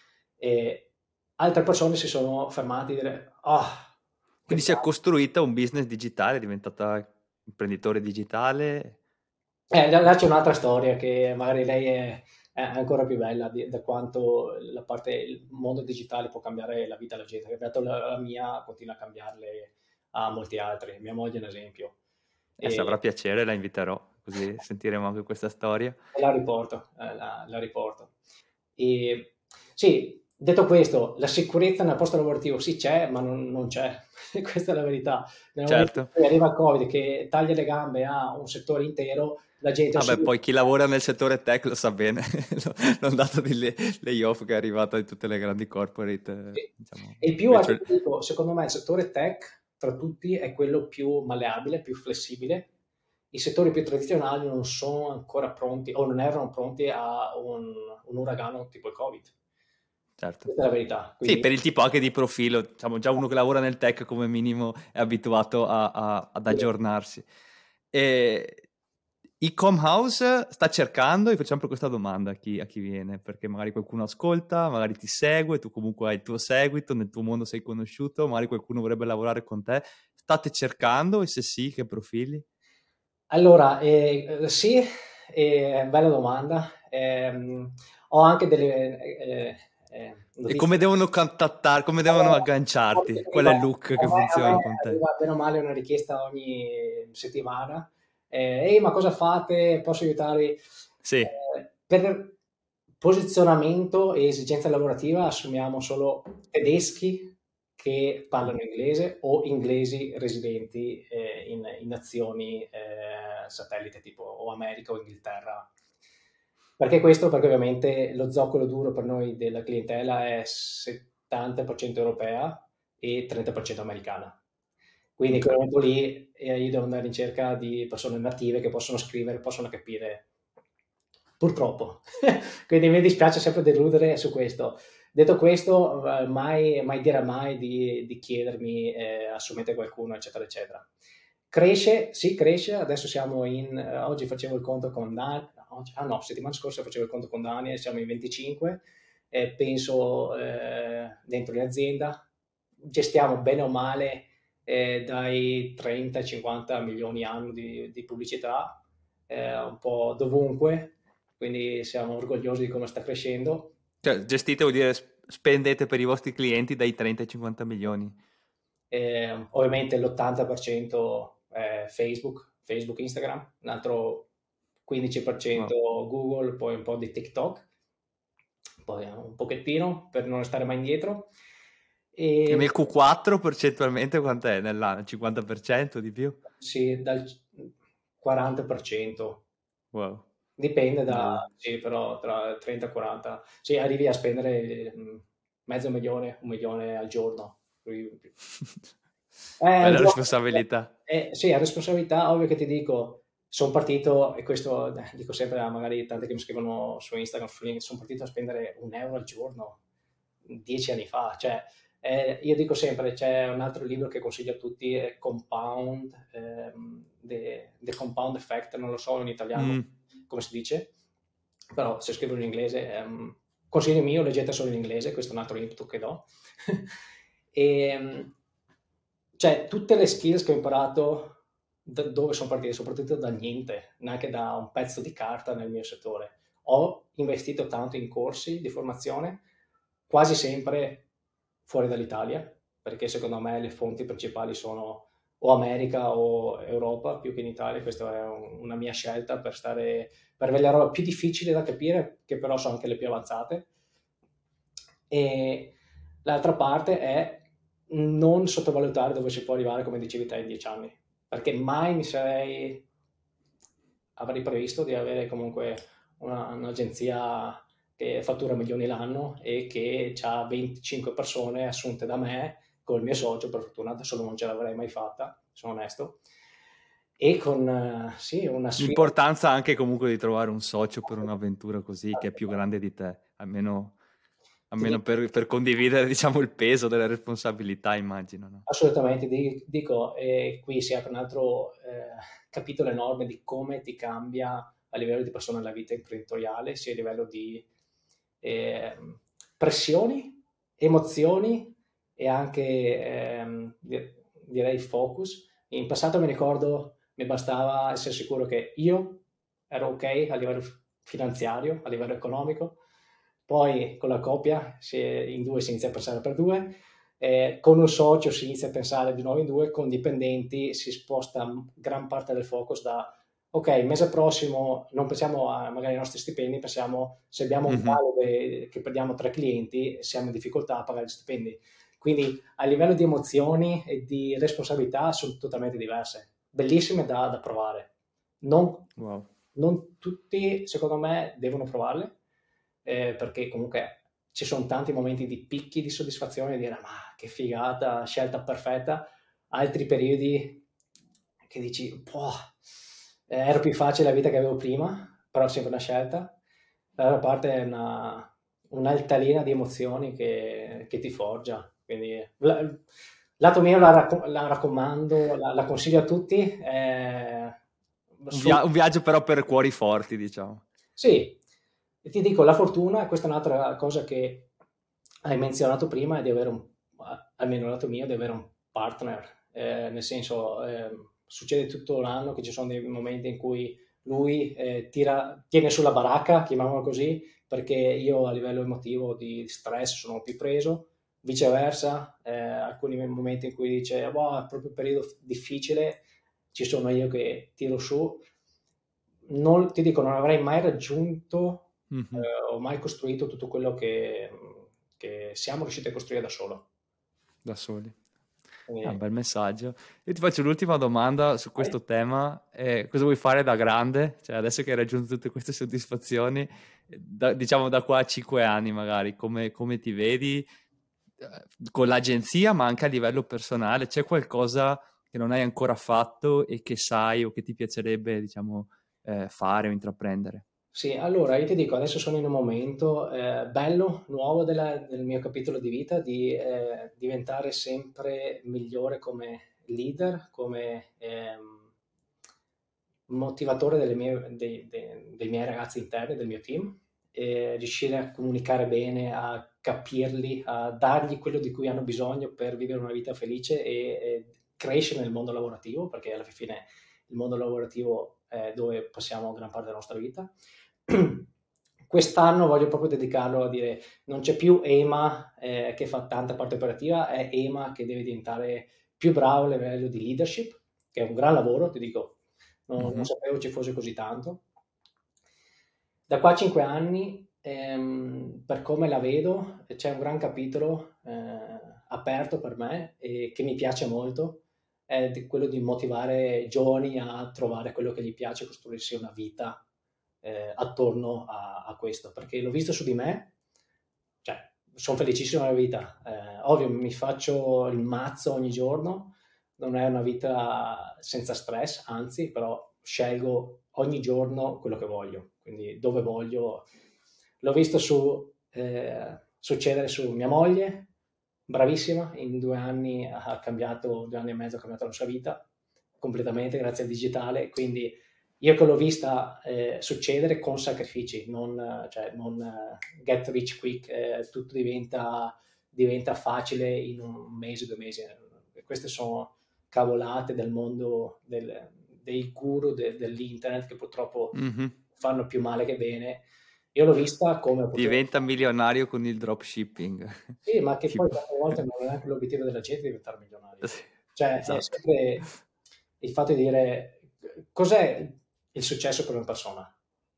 E altre persone si sono fermate a dire, che Quindi si è bello. costruita un business digitale, è diventata imprenditore digitale. Là c'è un'altra storia che magari lei è ancora più bella da quanto il mondo digitale può cambiare la vita della gente. Ha cambiato la mia, continua a cambiarle a molti altri. Mia moglie è un esempio. Se avrà E, piacere la inviterò, così sentiremo anche questa storia. e la riporto, la riporto. E, sì, detto questo, la sicurezza nel posto lavorativo sì c'è, ma non c'è. Questa è la verità. Nel momento in Certo. cui arriva il Covid che taglia le gambe a un settore intero, la gente Vabbè, subito. poi chi lavora nel settore tech lo sa bene, l'ondata di layoff che è arrivata in tutte le grandi corporate, Sì. diciamo. E più, Invece, ti dico, secondo me il settore tech tra tutti è quello più malleabile, più flessibile. I settori più tradizionali non sono ancora pronti o non erano pronti a un uragano tipo il Covid. certo. Questa è la verità. Sì, Quindi per il tipo anche di profilo, diciamo, già uno che lavora nel tech come minimo è abituato ad aggiornarsi. E Ecom House sta cercando, e facciamo sempre questa domanda a chi viene, perché magari qualcuno ascolta, magari ti segue, tu comunque hai il tuo seguito, nel tuo mondo sei conosciuto, magari qualcuno vorrebbe lavorare con te. State cercando e se sì, che profili? allora, sì, bella domanda. Ho anche delle E notizie. come devono contattare, come devono agganciarti? Qual è il look che A me funziona con te? arriva bene o male una richiesta ogni settimana. Ehi, ma cosa fate? Posso aiutarvi? Sì, Per posizionamento e esigenza lavorativa assumiamo solo tedeschi che parlano inglese o inglesi residenti in nazioni satellite tipo o America o Inghilterra. Perché questo? Perché ovviamente lo zoccolo duro per noi della clientela è 70% europea e 30% americana. Quindi in ok. quel momento lì io devo andare in cerca di persone native che possono scrivere, possono capire, purtroppo. Quindi mi dispiace sempre deludere su questo. Detto questo, mai dire mai di chiedermi assumete qualcuno, eccetera, eccetera. Cresce, sì, cresce. Adesso siamo oggi facevo il conto con Daniel, no, settimana scorsa facevo il conto con Daniel, siamo in 25, penso dentro l'azienda. Gestiamo bene o male dai 30 ai 50 milioni anno di pubblicità, un po' dovunque, quindi siamo orgogliosi di come sta crescendo. Cioè, gestite vuol dire spendete per i vostri clienti dai 30 ai 50 milioni. Ovviamente l'80% è Facebook, Instagram, un altro 15% Wow. Google, poi un po' di TikTok, poi un pochettino per non stare mai indietro. E E nel Q4 percentualmente quant'è? Nell'anno? 50% di più? sì, dal 40%. Wow, Dipende bello. sì, però tra 30 e 40. Sì, arrivi a spendere mezzo milione, 1 milione al giorno. Al Bella giorno, responsabilità. sì, è responsabilità, ovvio che ti dico, sono partito, e questo dico sempre a magari tante che mi scrivono su Instagram, su LinkedIn, sono partito a spendere 1 euro al giorno 10 anni fa. Cioè, io dico sempre, c'è un altro libro che consiglio a tutti, è Compound, The Compound Effect, non lo so in italiano Mm. come si dice, però se scrivo in inglese, consiglio mio, leggete solo in inglese, questo è un altro input che do. E, cioè, tutte le skills che ho imparato, da dove sono partite? Soprattutto da niente, neanche da un pezzo di carta nel mio settore. Ho investito tanto in corsi di formazione, quasi sempre fuori dall'Italia, perché secondo me le fonti principali sono o America o Europa più che in Italia. Questa è una mia scelta per avere le robe più difficili da capire, che però sono anche le più avanzate. E l'altra parte è non sottovalutare dove si può arrivare, come dicevi te, in 10 anni, perché mai avrei previsto di avere comunque un'agenzia che fattura milioni l'anno e che ha 25 persone assunte da me col mio socio. Per fortuna adesso non ce l'avrei mai fatta, sono onesto, e con sì, una sfida. L'importanza anche comunque di trovare un socio per un'avventura così che è più grande di te, almeno, Ti almeno dico, per condividere, diciamo, il peso delle responsabilità, immagino, no? assolutamente, dico, qui si apre un altro capitolo enorme di come ti cambia a livello di persona la vita imprenditoriale, sia a livello di pressioni, emozioni e anche direi focus. In passato mi ricordo mi bastava essere sicuro che io ero ok a livello finanziario, a livello economico, poi con la coppia in due si inizia a pensare per due, con un socio si inizia a pensare di nuovo in due, con dipendenti si sposta gran parte del focus da ok, il mese prossimo non pensiamo magari ai nostri stipendi, pensiamo se abbiamo un Mhm. calo che perdiamo 3 clienti, siamo in difficoltà a pagare gli stipendi. Quindi a livello di emozioni e di responsabilità sono totalmente diverse, bellissime da provare. Non, Wow. non tutti, secondo me, devono provarle, perché comunque ci sono tanti momenti di picchi di soddisfazione, di dire ma che figata, scelta perfetta, altri periodi che dici, boh, era più facile la vita che avevo prima, però sempre una scelta. Dall'altra parte è un'altalena di emozioni che ti forgia. Quindi, lato mio la raccomando, la consiglio a tutti. Un, Su, un viaggio però per cuori forti, diciamo. sì, e ti dico, la fortuna, questa è un'altra cosa che hai menzionato prima, è di avere almeno lato mio, di avere un partner. Nel senso, succede tutto l'anno che ci sono dei momenti in cui lui tiene sulla baracca, chiamiamolo così, perché io a livello emotivo di stress sono più preso, viceversa, alcuni momenti in cui dice, wow, è proprio un periodo difficile, ci sono io che tiro su. Ti dico, non avrei mai raggiunto Mhm. o mai costruito tutto quello che siamo riusciti a costruire da solo. Da soli. È un Quindi, bel messaggio. Io ti faccio l'ultima domanda su vai. questo tema. Cosa vuoi fare da grande? Cioè, adesso che hai raggiunto tutte queste soddisfazioni, diciamo da qua a 5 anni magari, come ti vedi con l'agenzia, ma anche a livello personale? C'è qualcosa che non hai ancora fatto e che sai o che ti piacerebbe, diciamo, fare o intraprendere? Sì, allora io ti dico, adesso sono in un momento bello, nuovo del mio capitolo di vita, di diventare sempre migliore come leader, come motivatore dei miei ragazzi interni, del mio team, e riuscire a comunicare bene, a capirli, a dargli quello di cui hanno bisogno per vivere una vita felice e crescere nel mondo lavorativo, perché alla fine il mondo lavorativo è dove passiamo gran parte della nostra vita. Quest'anno voglio proprio dedicarlo a dire non c'è più EMA che fa tanta parte operativa, è EMA che deve diventare più bravo a livello di leadership, che è un gran lavoro, ti dico, non sapevo ci fosse così tanto. Da qua a 5 anni, per come la vedo, c'è un gran capitolo aperto per me e che mi piace molto, è quello di motivare giovani a trovare quello che gli piace, costruirsi una vita attorno a questo, perché l'ho visto su di me, cioè sono felicissimo nella vita, ovvio mi faccio il mazzo ogni giorno, non è una vita senza stress, anzi, però scelgo ogni giorno quello che voglio, quindi dove voglio. L'ho visto succedere su mia moglie, bravissima, in 2 anni ha cambiato, 2 anni e mezzo ha cambiato la sua vita completamente grazie al digitale, quindi io che l'ho vista succedere con sacrifici, non get rich quick, tutto diventa facile in un mese, 2 mesi. Queste sono cavolate del mondo dei guru dell'internet che purtroppo fanno più male che bene. Io l'ho vista come opportunità. Diventa milionario con il dropshipping. Sì, ma che poi Tipo. tante volte non è neanche l'obiettivo della gente diventare milionario. Sì, Cioè, è esatto. sempre il fatto di dire cos'è il successo per una persona?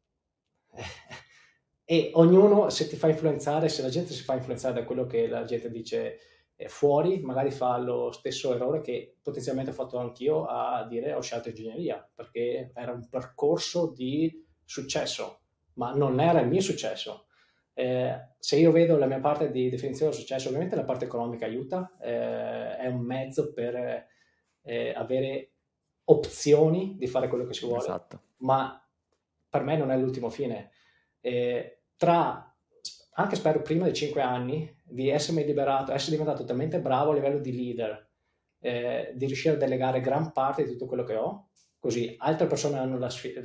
E ognuno, se ti fa influenzare, se la gente si fa influenzare da quello che la gente dice fuori, magari fa lo stesso errore che potenzialmente ho fatto anch'io a dire ho scelto ingegneria, perché era un percorso di successo, ma non era il mio successo. Se io vedo la mia parte di definizione del successo, ovviamente la parte economica aiuta, è un mezzo per avere opzioni di fare quello che si vuole, Esatto. ma per me non è l'ultimo fine. Anche spero prima dei 5 anni di essermi liberato, essere diventato talmente bravo a livello di leader, di riuscire a delegare gran parte di tutto quello che ho, così altre persone hanno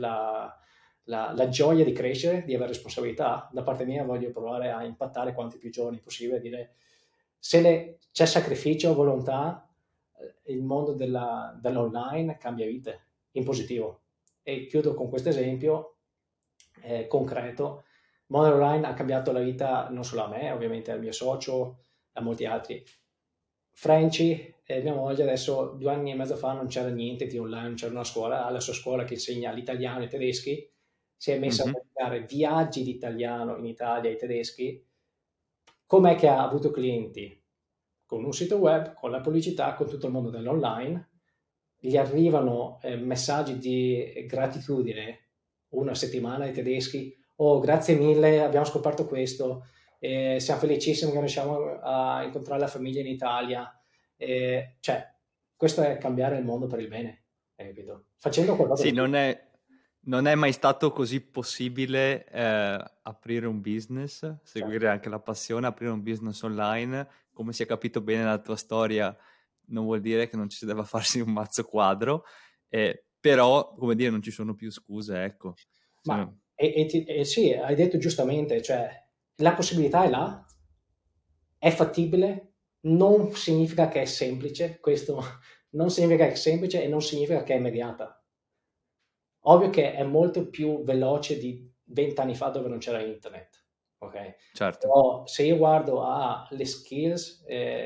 la gioia di crescere, di avere responsabilità. Da parte mia voglio provare a impattare quanti più giovani possibile, dire c'è sacrificio, volontà, il mondo dell'online cambia vite in positivo. E chiudo con questo esempio concreto. Mondo online ha cambiato la vita non solo a me, ovviamente al mio socio, a molti altri. Franci, mia moglie, adesso 2 anni e mezzo fa non c'era niente di online, non c'era una scuola, ha la sua scuola che insegna l'italiano ai tedeschi, si è messa a praticare viaggi di italiano in Italia ai tedeschi. Com'è che ha avuto clienti? Con un sito web, con la pubblicità, con tutto il mondo dell'online, gli arrivano messaggi di gratitudine una settimana ai tedeschi, oh grazie mille, abbiamo scoperto questo, siamo felicissimi che riusciamo a incontrare la famiglia in Italia, cioè questo è cambiare il mondo per il bene, capito? Facendo qualcosa Sì, di più. non è mai stato così possibile aprire un business, Cioè, seguire anche la passione, aprire un business online. Come si è capito bene nella tua storia, non vuol dire che non ci si debba farsi un mazzo quadro, però, come dire, non ci sono più scuse, ecco. ma Cioè, sì, hai detto giustamente, cioè la possibilità è là, è fattibile, non significa che è semplice, questo non significa che è semplice e non significa che è immediata. Ovvio che è molto più veloce di 20 anni fa dove non c'era internet, ok? certo. Però se io guardo alle skills,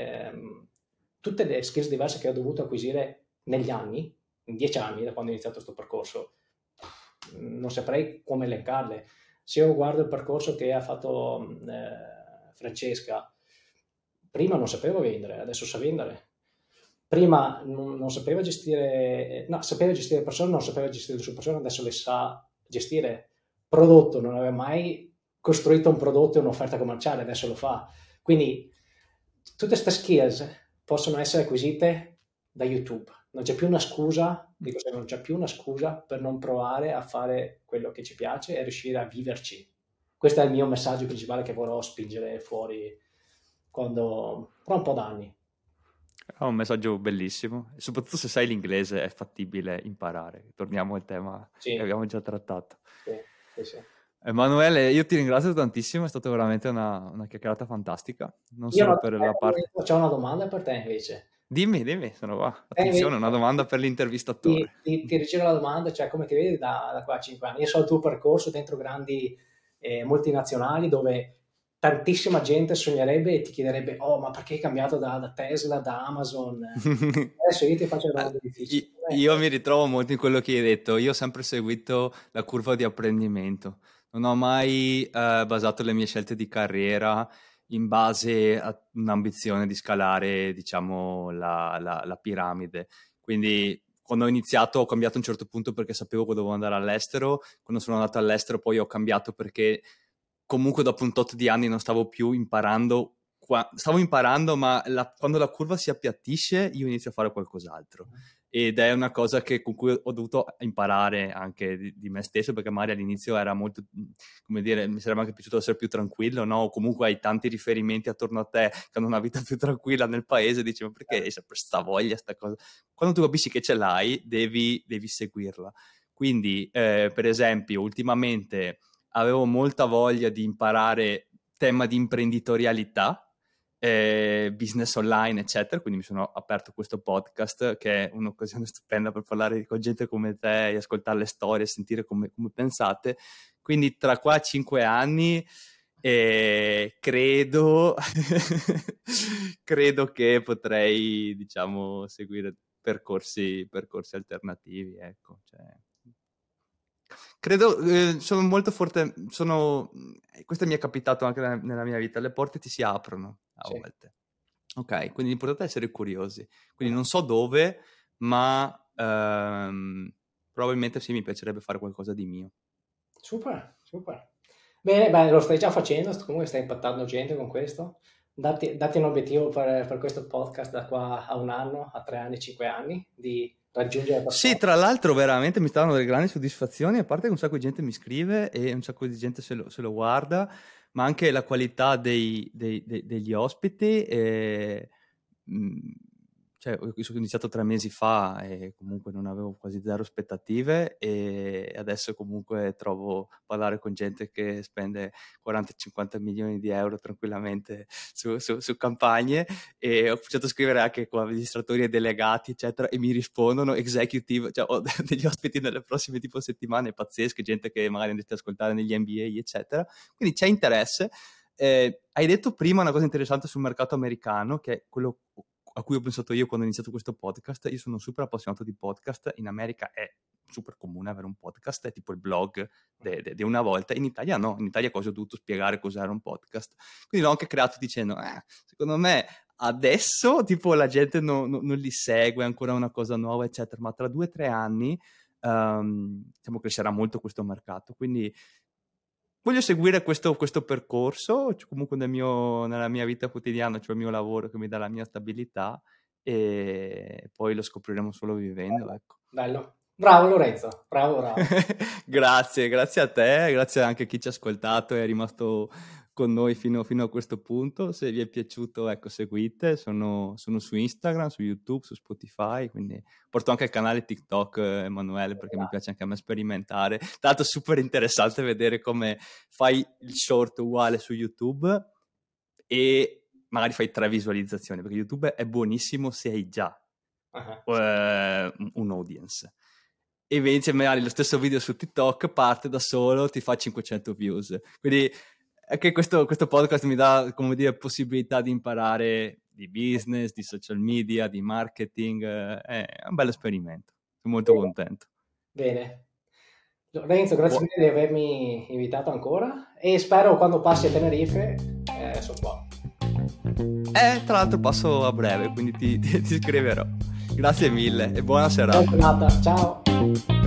tutte le skills diverse che ho dovuto acquisire negli anni, in 10 anni da quando ho iniziato questo percorso, non saprei come elencarle. Se io guardo il percorso che ha fatto Francesca, prima non sapeva vendere, adesso sa vendere. Prima non sapeva gestire, no, sapeva gestire persone, non sapeva gestire le sue persone, adesso le sa gestire. Prodotto, non aveva mai costruito un prodotto e un'offerta commerciale, adesso lo fa. Quindi tutte queste skills possono essere acquisite da YouTube. Non c'è più una scusa, dico sempre, non c'è più una scusa per non provare a fare quello che ci piace e riuscire a viverci. Questo è il mio messaggio principale che vorrò spingere fuori tra un po' d'anni. È un messaggio bellissimo, e soprattutto se sai l'inglese è fattibile imparare. Torniamo al tema che Sì, abbiamo già trattato. sì, sì, sì. Emanuele, io ti ringrazio tantissimo, è stata veramente una chiacchierata fantastica, non Io solo per la parte. ho una domanda per te invece. Dimmi, sono qua. Te Attenzione, invece una domanda per ti, l'intervistatore. ti rigiro la domanda, cioè come ti vedi da qua a 5 anni? Io so il tuo percorso dentro grandi multinazionali dove tantissima gente sognerebbe e ti chiederebbe, oh, ma perché hai cambiato da Tesla, da Amazon? Adesso io ti faccio le domande difficili. Io mi ritrovo molto in quello che hai detto. Io ho sempre seguito la curva di apprendimento. Non ho mai basato le mie scelte di carriera in base a un'ambizione di scalare, diciamo, la piramide. Quindi quando ho iniziato ho cambiato a un certo punto perché sapevo che dovevo andare all'estero. Quando sono andato all'estero poi ho cambiato perché comunque dopo un tot di anni non stavo più imparando. Stavo imparando, ma quando la curva si appiattisce io inizio a fare qualcos'altro. Ed è una cosa con cui ho dovuto imparare anche di me stesso, perché magari all'inizio era molto, come dire, mi sarebbe anche piaciuto essere più tranquillo, no? O comunque hai tanti riferimenti attorno a te che hanno una vita più tranquilla nel paese, dici, ma perché hai sempre sta voglia, sta cosa? Quando tu capisci che ce l'hai, devi seguirla. Quindi, per esempio, ultimamente avevo molta voglia di imparare tema di imprenditorialità, business online, eccetera, quindi mi sono aperto questo podcast che è un'occasione stupenda per parlare con gente come te e ascoltare le storie, sentire come pensate. Quindi tra qua 5 anni credo credo che potrei, diciamo, seguire percorsi alternativi, ecco, cioè credo, sono molto forte, questo mi è capitato anche nella mia vita, le porte ti si aprono a volte. Ok, quindi l'importante è essere curiosi. Quindi non so dove, ma probabilmente sì, mi piacerebbe fare qualcosa di mio. Super, super. Bene, lo stai già facendo, comunque stai impattando gente con questo. Datti un obiettivo per questo podcast da qua a 1 anno, a 3 anni, 5 anni, di raggiungere persone. Sì, tra l'altro veramente mi stavano delle grandi soddisfazioni, a parte che un sacco di gente mi scrive e un sacco di gente se lo guarda, ma anche la qualità degli ospiti. Cioè, ho iniziato 3 mesi fa e comunque non avevo quasi zero aspettative, e adesso comunque trovo parlare con gente che spende 40-50 milioni di euro tranquillamente su campagne, e ho cominciato a scrivere anche con amministratori e delegati, eccetera, e mi rispondono executive, cioè ho degli ospiti nelle prossime tipo settimane pazzesche, gente che magari andate ad ascoltare negli MBA, eccetera. Quindi c'è interesse. Hai detto prima una cosa interessante sul mercato americano, che è quello a cui ho pensato io quando ho iniziato questo podcast. Io sono super appassionato di podcast. In America è super comune avere un podcast, è tipo il blog di una volta. In Italia no, in Italia quasi ho dovuto spiegare cos'era un podcast. Quindi l'ho anche creato dicendo, secondo me adesso tipo la gente non li segue, è ancora una cosa nuova, eccetera, ma tra 2 o 3 anni diciamo crescerà molto questo mercato. Quindi voglio seguire questo percorso, cioè comunque nella mia vita quotidiana, cioè il mio lavoro che mi dà la mia stabilità, e poi lo scopriremo solo vivendo, ecco. Bello. Bravo Lorenzo, bravo. Grazie a te, grazie anche a chi ci ha ascoltato e è rimasto con noi fino a questo punto. Se vi è piaciuto, ecco, seguite, sono su Instagram, su YouTube, su Spotify, quindi porto anche il canale TikTok, Emanuele, perché mi piace anche a me sperimentare. Tra l'altro super interessante vedere come fai il short uguale su YouTube e magari fai 3 visualizzazioni, perché YouTube è buonissimo se hai già un audience. E invece magari lo stesso video su TikTok parte da solo, ti fa 500 views. Quindi anche questo podcast mi dà, come dire, possibilità di imparare di business, di social media, di marketing. È un bel esperimento. Sono molto contento. Bene. Lorenzo, grazie mille di avermi invitato ancora e spero quando passi a Tenerife sono qua. Tra l'altro passo a breve, quindi ti scriverò. Grazie mille e buona serata. Buona giornata, ciao.